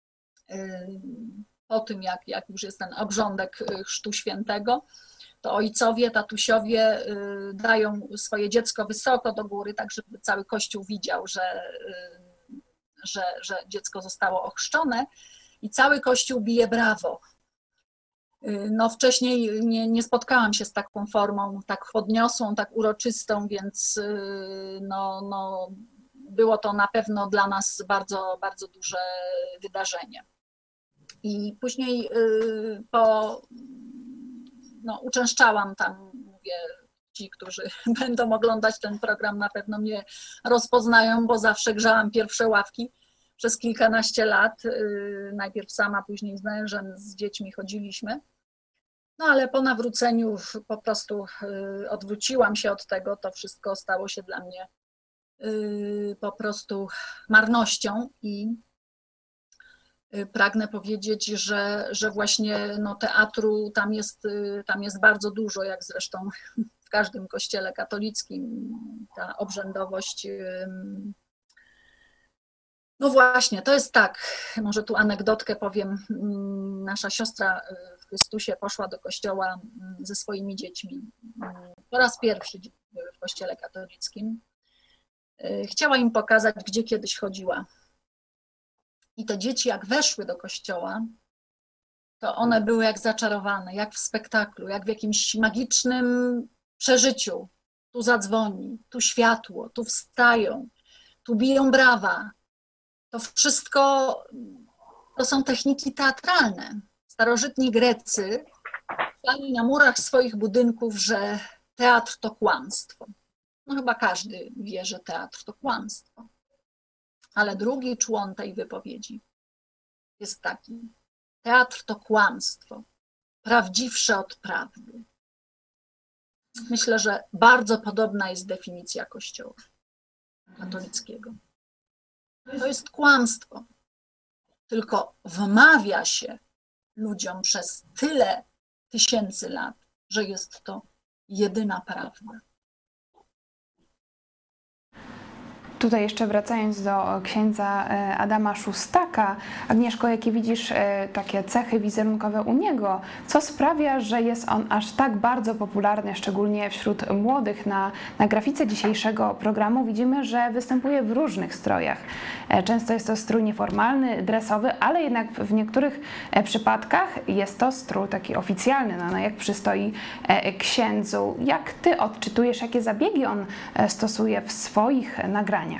Po tym, jak, jak już jest ten obrządek chrztu świętego, to ojcowie, tatusiowie dają swoje dziecko wysoko do góry, tak żeby cały Kościół widział, że, że, że dziecko zostało ochrzczone i cały Kościół bije brawo. No wcześniej nie, nie spotkałam się z taką formą, tak podniosłą, tak uroczystą, więc no, no, było to na pewno dla nas bardzo, bardzo duże wydarzenie. I później po, no, uczęszczałam tam, mówię, ci, którzy będą oglądać ten program, na pewno mnie rozpoznają, bo zawsze grzałam pierwsze ławki. Przez kilkanaście lat, najpierw sama, później z mężem, z dziećmi chodziliśmy. No ale po nawróceniu po prostu odwróciłam się od tego, to wszystko stało się dla mnie po prostu marnością i pragnę powiedzieć, że, że właśnie no, teatru tam jest, tam jest bardzo dużo, jak zresztą w każdym kościele katolickim, ta obrzędowość. No właśnie, to jest tak, może tu anegdotkę powiem, nasza siostra w Chrystusie poszła do kościoła ze swoimi dziećmi po raz pierwszy w kościele katolickim. Chciała im pokazać, gdzie kiedyś chodziła. I te dzieci jak weszły do kościoła, to one były jak zaczarowane, jak w spektaklu, jak w jakimś magicznym przeżyciu. Tu zadzwoni, tu światło, tu wstają, tu biją brawa. To wszystko to są techniki teatralne. Starożytni Grecy pisali na murach swoich budynków, że teatr to kłamstwo. No chyba każdy wie, że teatr to kłamstwo. Ale drugi człon tej wypowiedzi jest taki. Teatr to kłamstwo, prawdziwsze od prawdy. Myślę, że bardzo podobna jest definicja Kościoła katolickiego. To jest kłamstwo, tylko wmawia się ludziom przez tyle tysięcy lat, że jest to jedyna prawda. Tutaj jeszcze wracając do księdza Adama Szóstaka, Agnieszko, jakie widzisz takie cechy wizerunkowe u niego? Co sprawia, że jest on aż tak bardzo popularny, szczególnie wśród młodych? Na, na grafice dzisiejszego programu widzimy, że występuje w różnych strojach. Często jest to strój nieformalny, dresowy, ale jednak w niektórych przypadkach jest to strój taki oficjalny, no, no jak przystoi księdzu. Jak ty odczytujesz, jakie zabiegi on stosuje w swoich nagraniach?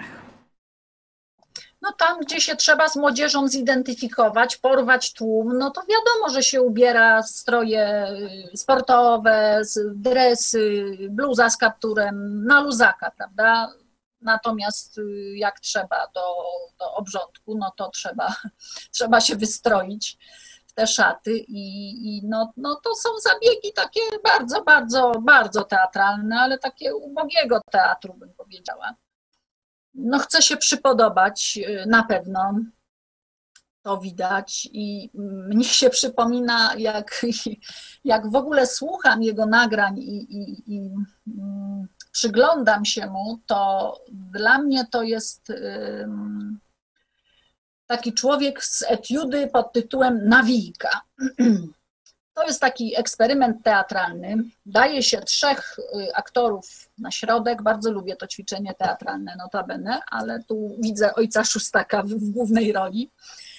No tam, gdzie się trzeba z młodzieżą zidentyfikować, porwać tłum, no to wiadomo, że się ubiera w stroje sportowe, dresy, bluza z kapturem, na luzaka, prawda? Natomiast jak trzeba do, do obrządku, no to trzeba, trzeba się wystroić w te szaty i, i no, no to są zabiegi takie bardzo, bardzo, bardzo teatralne, ale takie ubogiego teatru, bym powiedziała. No chce się przypodobać na pewno, to widać i mnie się przypomina, jak, jak w ogóle słucham jego nagrań i, i, i przyglądam się mu, to dla mnie to jest taki człowiek z etiudy pod tytułem Nawijka. To jest taki eksperyment teatralny. Daje się trzech aktorów na środek. Bardzo lubię to ćwiczenie teatralne notabene, ale tu widzę ojca Szóstaka w głównej roli.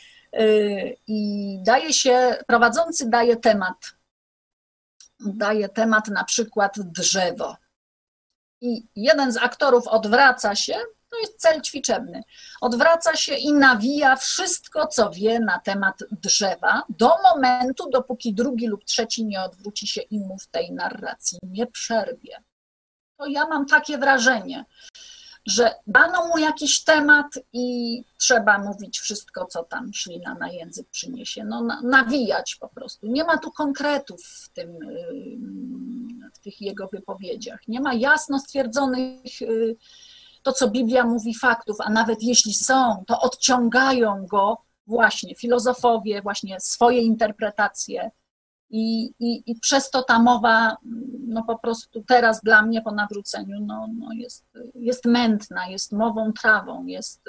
I daje się, prowadzący daje temat. Daje temat na przykład drzewo. I jeden z aktorów odwraca się, to jest cel ćwiczebny, odwraca się i nawija wszystko, co wie na temat drzewa, do momentu, dopóki drugi lub trzeci nie odwróci się i mu w tej narracji nie przerwie. To ja mam takie wrażenie, że dano mu jakiś temat i trzeba mówić wszystko, co tam ślina na język przyniesie. No, nawijać po prostu. Nie ma tu konkretów w, tym, w tych jego wypowiedziach. Nie ma jasno stwierdzonych, to co Biblia mówi, faktów, a nawet jeśli są, to odciągają go właśnie filozofowie, właśnie swoje interpretacje. I, i, i przez to ta mowa, no po prostu teraz dla mnie po nawróceniu, no, no jest, jest mętna, jest mową trawą, jest,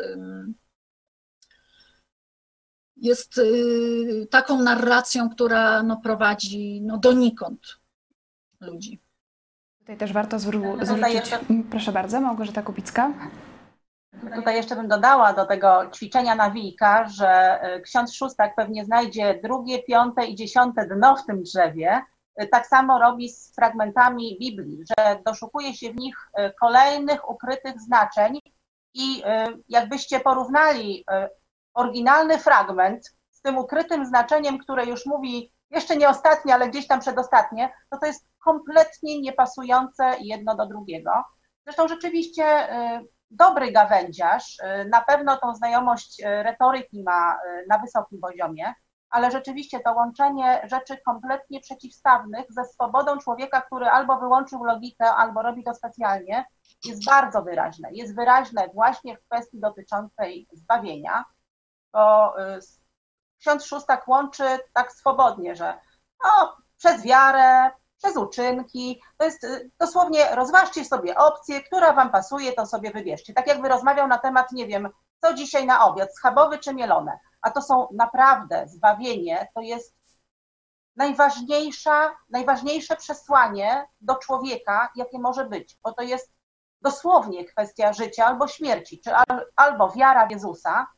jest taką narracją, która no prowadzi no donikąd ludzi. Tutaj też warto zwró- zwrócić... Jeszcze... Proszę bardzo, Małgorzata Kubicka. Tutaj jeszcze bym dodała do tego ćwiczenia nawijka, że ksiądz Szóstak pewnie znajdzie drugie, piąte i dziesiąte dno w tym drzewie. Tak samo robi z fragmentami Biblii, że doszukuje się w nich kolejnych ukrytych znaczeń i jakbyście porównali oryginalny fragment z tym ukrytym znaczeniem, które już mówi jeszcze nie ostatnie, ale gdzieś tam przedostatnie, to to jest kompletnie niepasujące jedno do drugiego. Zresztą rzeczywiście dobry gawędziarz, na pewno tą znajomość retoryki ma na wysokim poziomie, ale rzeczywiście to łączenie rzeczy kompletnie przeciwstawnych ze swobodą człowieka, który albo wyłączył logikę, albo robi to specjalnie, jest bardzo wyraźne. Jest wyraźne właśnie w kwestii dotyczącej zbawienia, bo ksiądz Szóstak łączy tak swobodnie, że no, przez wiarę, przez uczynki, to jest dosłownie rozważcie sobie opcję, która wam pasuje, to sobie wybierzcie. Tak jakby rozmawiał na temat, nie wiem, co dzisiaj na obiad, schabowy czy mielone, a to są naprawdę, zbawienie to jest najważniejsza, najważniejsze przesłanie do człowieka, jakie może być, bo to jest dosłownie kwestia życia albo śmierci, czy al, albo wiara w Jezusa,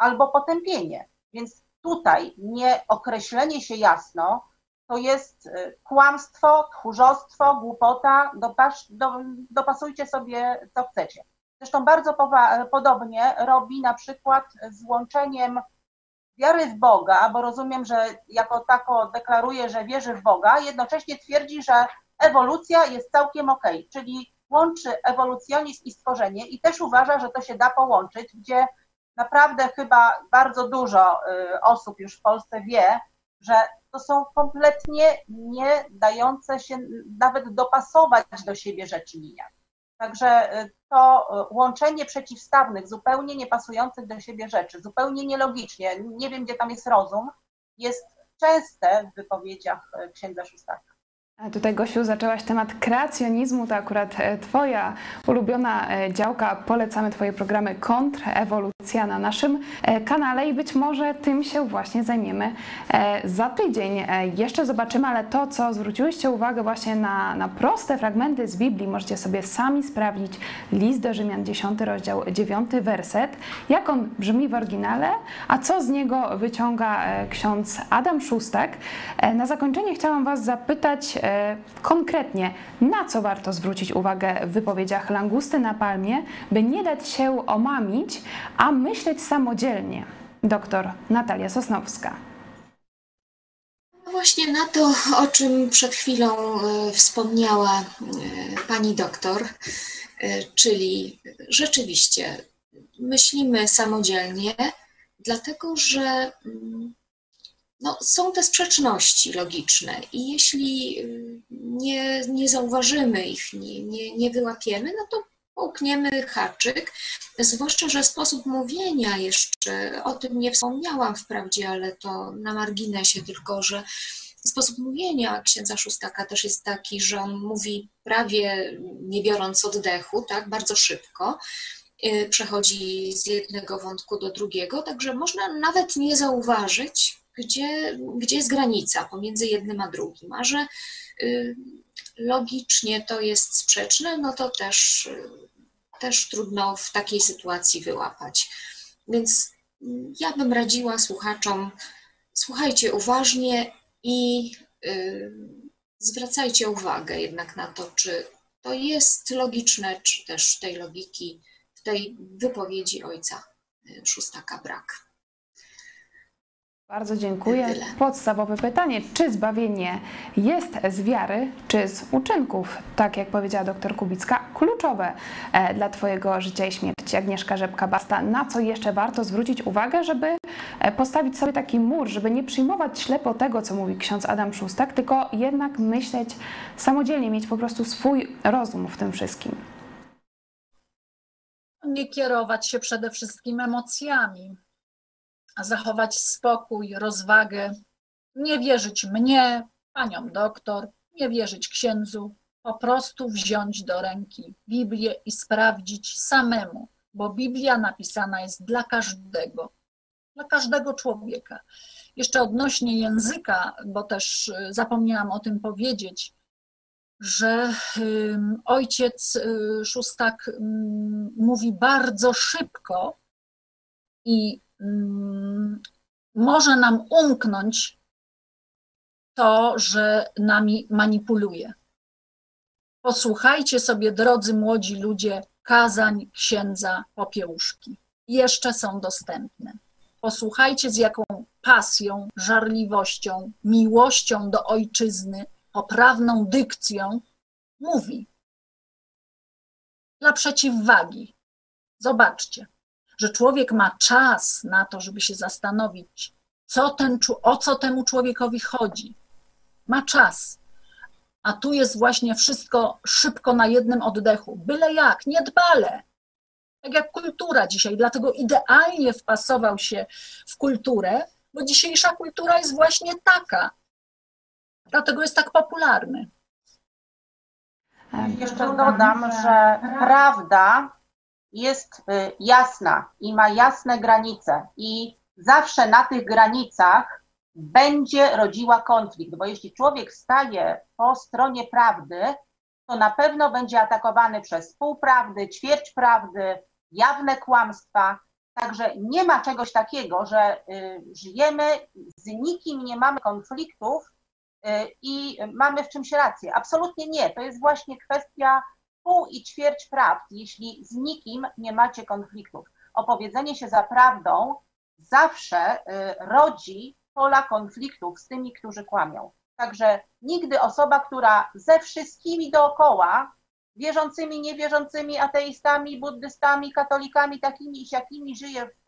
albo potępienie. Więc tutaj nie określenie się jasno to jest kłamstwo, tchórzostwo, głupota, dopasz, do, dopasujcie sobie co chcecie. Zresztą bardzo powa- podobnie robi na przykład z łączeniem wiary w Boga, bo rozumiem, że jako tako deklaruje, że wierzy w Boga, jednocześnie twierdzi, że ewolucja jest całkiem okej, czyli łączy ewolucjonizm i stworzenie i też uważa, że to się da połączyć, gdzie naprawdę chyba bardzo dużo osób już w Polsce wie, że to są kompletnie nie dające się nawet dopasować do siebie rzeczy nijak. Także to łączenie przeciwstawnych, zupełnie niepasujących do siebie rzeczy, zupełnie nielogicznie, nie wiem gdzie tam jest rozum, jest częste w wypowiedziach księdza Szóstaka. Tutaj, Gosiu, zaczęłaś temat kreacjonizmu, to akurat Twoja ulubiona działka. Polecamy Twoje programy Kontrewolucja na naszym kanale i być może tym się właśnie zajmiemy za tydzień. Jeszcze zobaczymy, ale to, co zwróciłyście uwagę właśnie na, na proste fragmenty z Biblii, możecie sobie sami sprawdzić. List do Rzymian, dziesiąty rozdział, dziewiąty werset, jak on brzmi w oryginale, a co z niego wyciąga ksiądz Adam Szóstak. Na zakończenie chciałam Was zapytać konkretnie, na co warto zwrócić uwagę w wypowiedziach Langusty na Palmie, by nie dać się omamić, a myśleć samodzielnie. Doktor Natalia Sosnowska. Właśnie na to, o czym przed chwilą wspomniała pani doktor, czyli rzeczywiście myślimy samodzielnie, dlatego że no, są te sprzeczności logiczne i jeśli nie, nie zauważymy ich, nie, nie, nie wyłapiemy, no to połkniemy haczyk, zwłaszcza, że sposób mówienia jeszcze, o tym nie wspomniałam wprawdzie, ale to na marginesie tylko, że sposób mówienia księdza Szóstaka też jest taki, że on mówi prawie nie biorąc oddechu, tak, bardzo szybko, przechodzi z jednego wątku do drugiego, także można nawet nie zauważyć, Gdzie, gdzie jest granica pomiędzy jednym a drugim, a że y, logicznie to jest sprzeczne, no to też, y, też trudno w takiej sytuacji wyłapać. Więc y, ja bym radziła słuchaczom, słuchajcie uważnie i y, zwracajcie uwagę jednak na to, czy to jest logiczne, czy też tej logiki w tej wypowiedzi ojca Szóstaka brak. Bardzo dziękuję. Podstawowe pytanie, czy zbawienie jest z wiary, czy z uczynków? Tak jak powiedziała doktor Kubicka, kluczowe dla Twojego życia i śmierci. Agnieszka Rzepka-Basta, na co jeszcze warto zwrócić uwagę, żeby postawić sobie taki mur, żeby nie przyjmować ślepo tego, co mówi ksiądz Adam Szóstak, tylko jednak myśleć samodzielnie, mieć po prostu swój rozum w tym wszystkim. Nie kierować się przede wszystkim emocjami, a zachować spokój, rozwagę, nie wierzyć mnie, paniom doktor, nie wierzyć księdzu, po prostu wziąć do ręki Biblię i sprawdzić samemu, bo Biblia napisana jest dla każdego, dla każdego człowieka. Jeszcze odnośnie języka, bo też zapomniałam o tym powiedzieć, że ojciec Szóstak mówi bardzo szybko i może nam umknąć to, że nami manipuluje. Posłuchajcie sobie, drodzy młodzi ludzie, kazań księdza Popiełuszki. Jeszcze są dostępne. Posłuchajcie, z jaką pasją, żarliwością, miłością do ojczyzny, poprawną dykcją mówi. Dla przeciwwagi. Zobaczcie, że człowiek ma czas na to, żeby się zastanowić, co ten, o co temu człowiekowi chodzi. Ma czas. A tu jest właśnie wszystko szybko na jednym oddechu. Byle jak, niedbale. Tak jak kultura dzisiaj. Dlatego idealnie wpasował się w kulturę, bo dzisiejsza kultura jest właśnie taka. Dlatego jest tak popularny. Jeszcze dodam, że prawda jest jasna i ma jasne granice i zawsze na tych granicach będzie rodziła konflikt, bo jeśli człowiek staje po stronie prawdy, to na pewno będzie atakowany przez półprawdy, ćwierć prawdy, jawne kłamstwa. Także nie ma czegoś takiego, że żyjemy, z nikim nie mamy konfliktów i mamy w czymś rację. Absolutnie nie. To jest właśnie kwestia pół i ćwierć prawd, jeśli z nikim nie macie konfliktów. Opowiedzenie się za prawdą zawsze rodzi pola konfliktów z tymi, którzy kłamią. Także nigdy osoba, która ze wszystkimi dookoła, wierzącymi, niewierzącymi, ateistami, buddystami, katolikami, takimi i siakimi żyje w,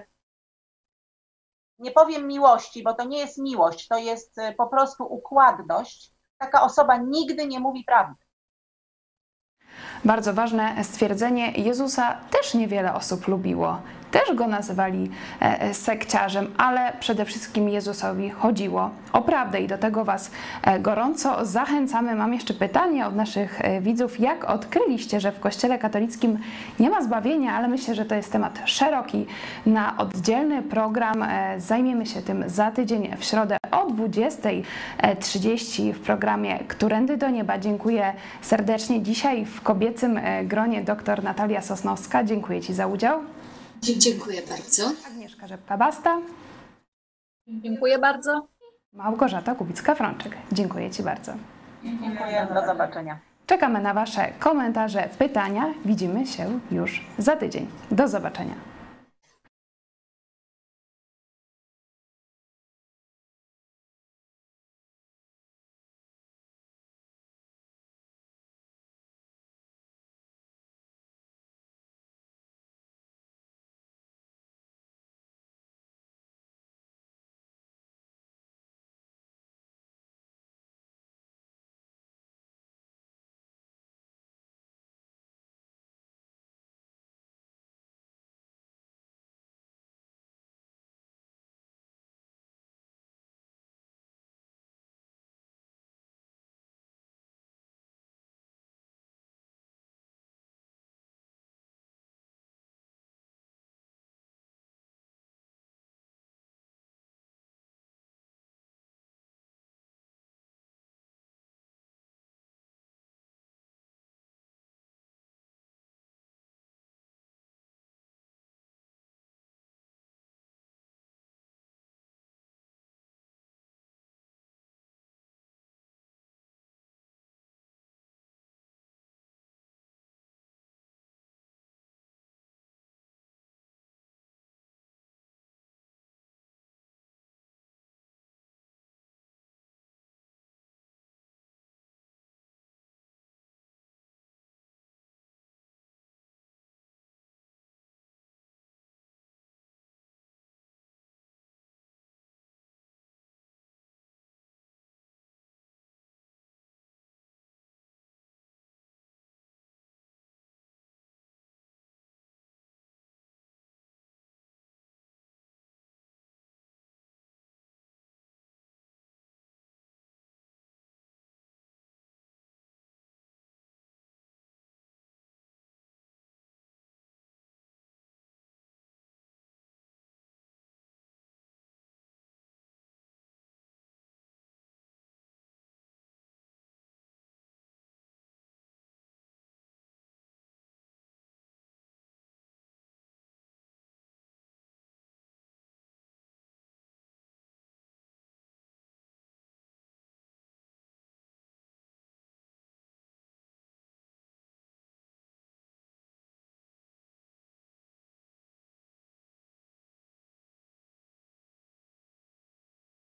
nie powiem miłości, bo to nie jest miłość, to jest po prostu układność. Taka osoba nigdy nie mówi prawdy. Bardzo ważne stwierdzenie. Jezusa też niewiele osób lubiło. Też go nazywali sekciarzem, ale przede wszystkim Jezusowi chodziło o prawdę i do tego Was gorąco zachęcamy. Mam jeszcze pytanie od naszych widzów. Jak odkryliście, że w Kościele katolickim nie ma zbawienia, ale myślę, że to jest temat szeroki. Na oddzielny program zajmiemy się tym za tydzień w środę o dwudziestej trzydzieści w programie Którędy do nieba. Dziękuję serdecznie. Dzisiaj w kobiecym gronie dr Natalia Sosnowska. Dziękuję Ci za udział. Dziękuję bardzo. Agnieszka Rzepka-Basta. Dziękuję bardzo. Małgorzata Kubicka-Frączyk. Dziękuję Ci bardzo. Dziękuję, do zobaczenia. Czekamy na Wasze komentarze, pytania. Widzimy się już za tydzień. Do zobaczenia.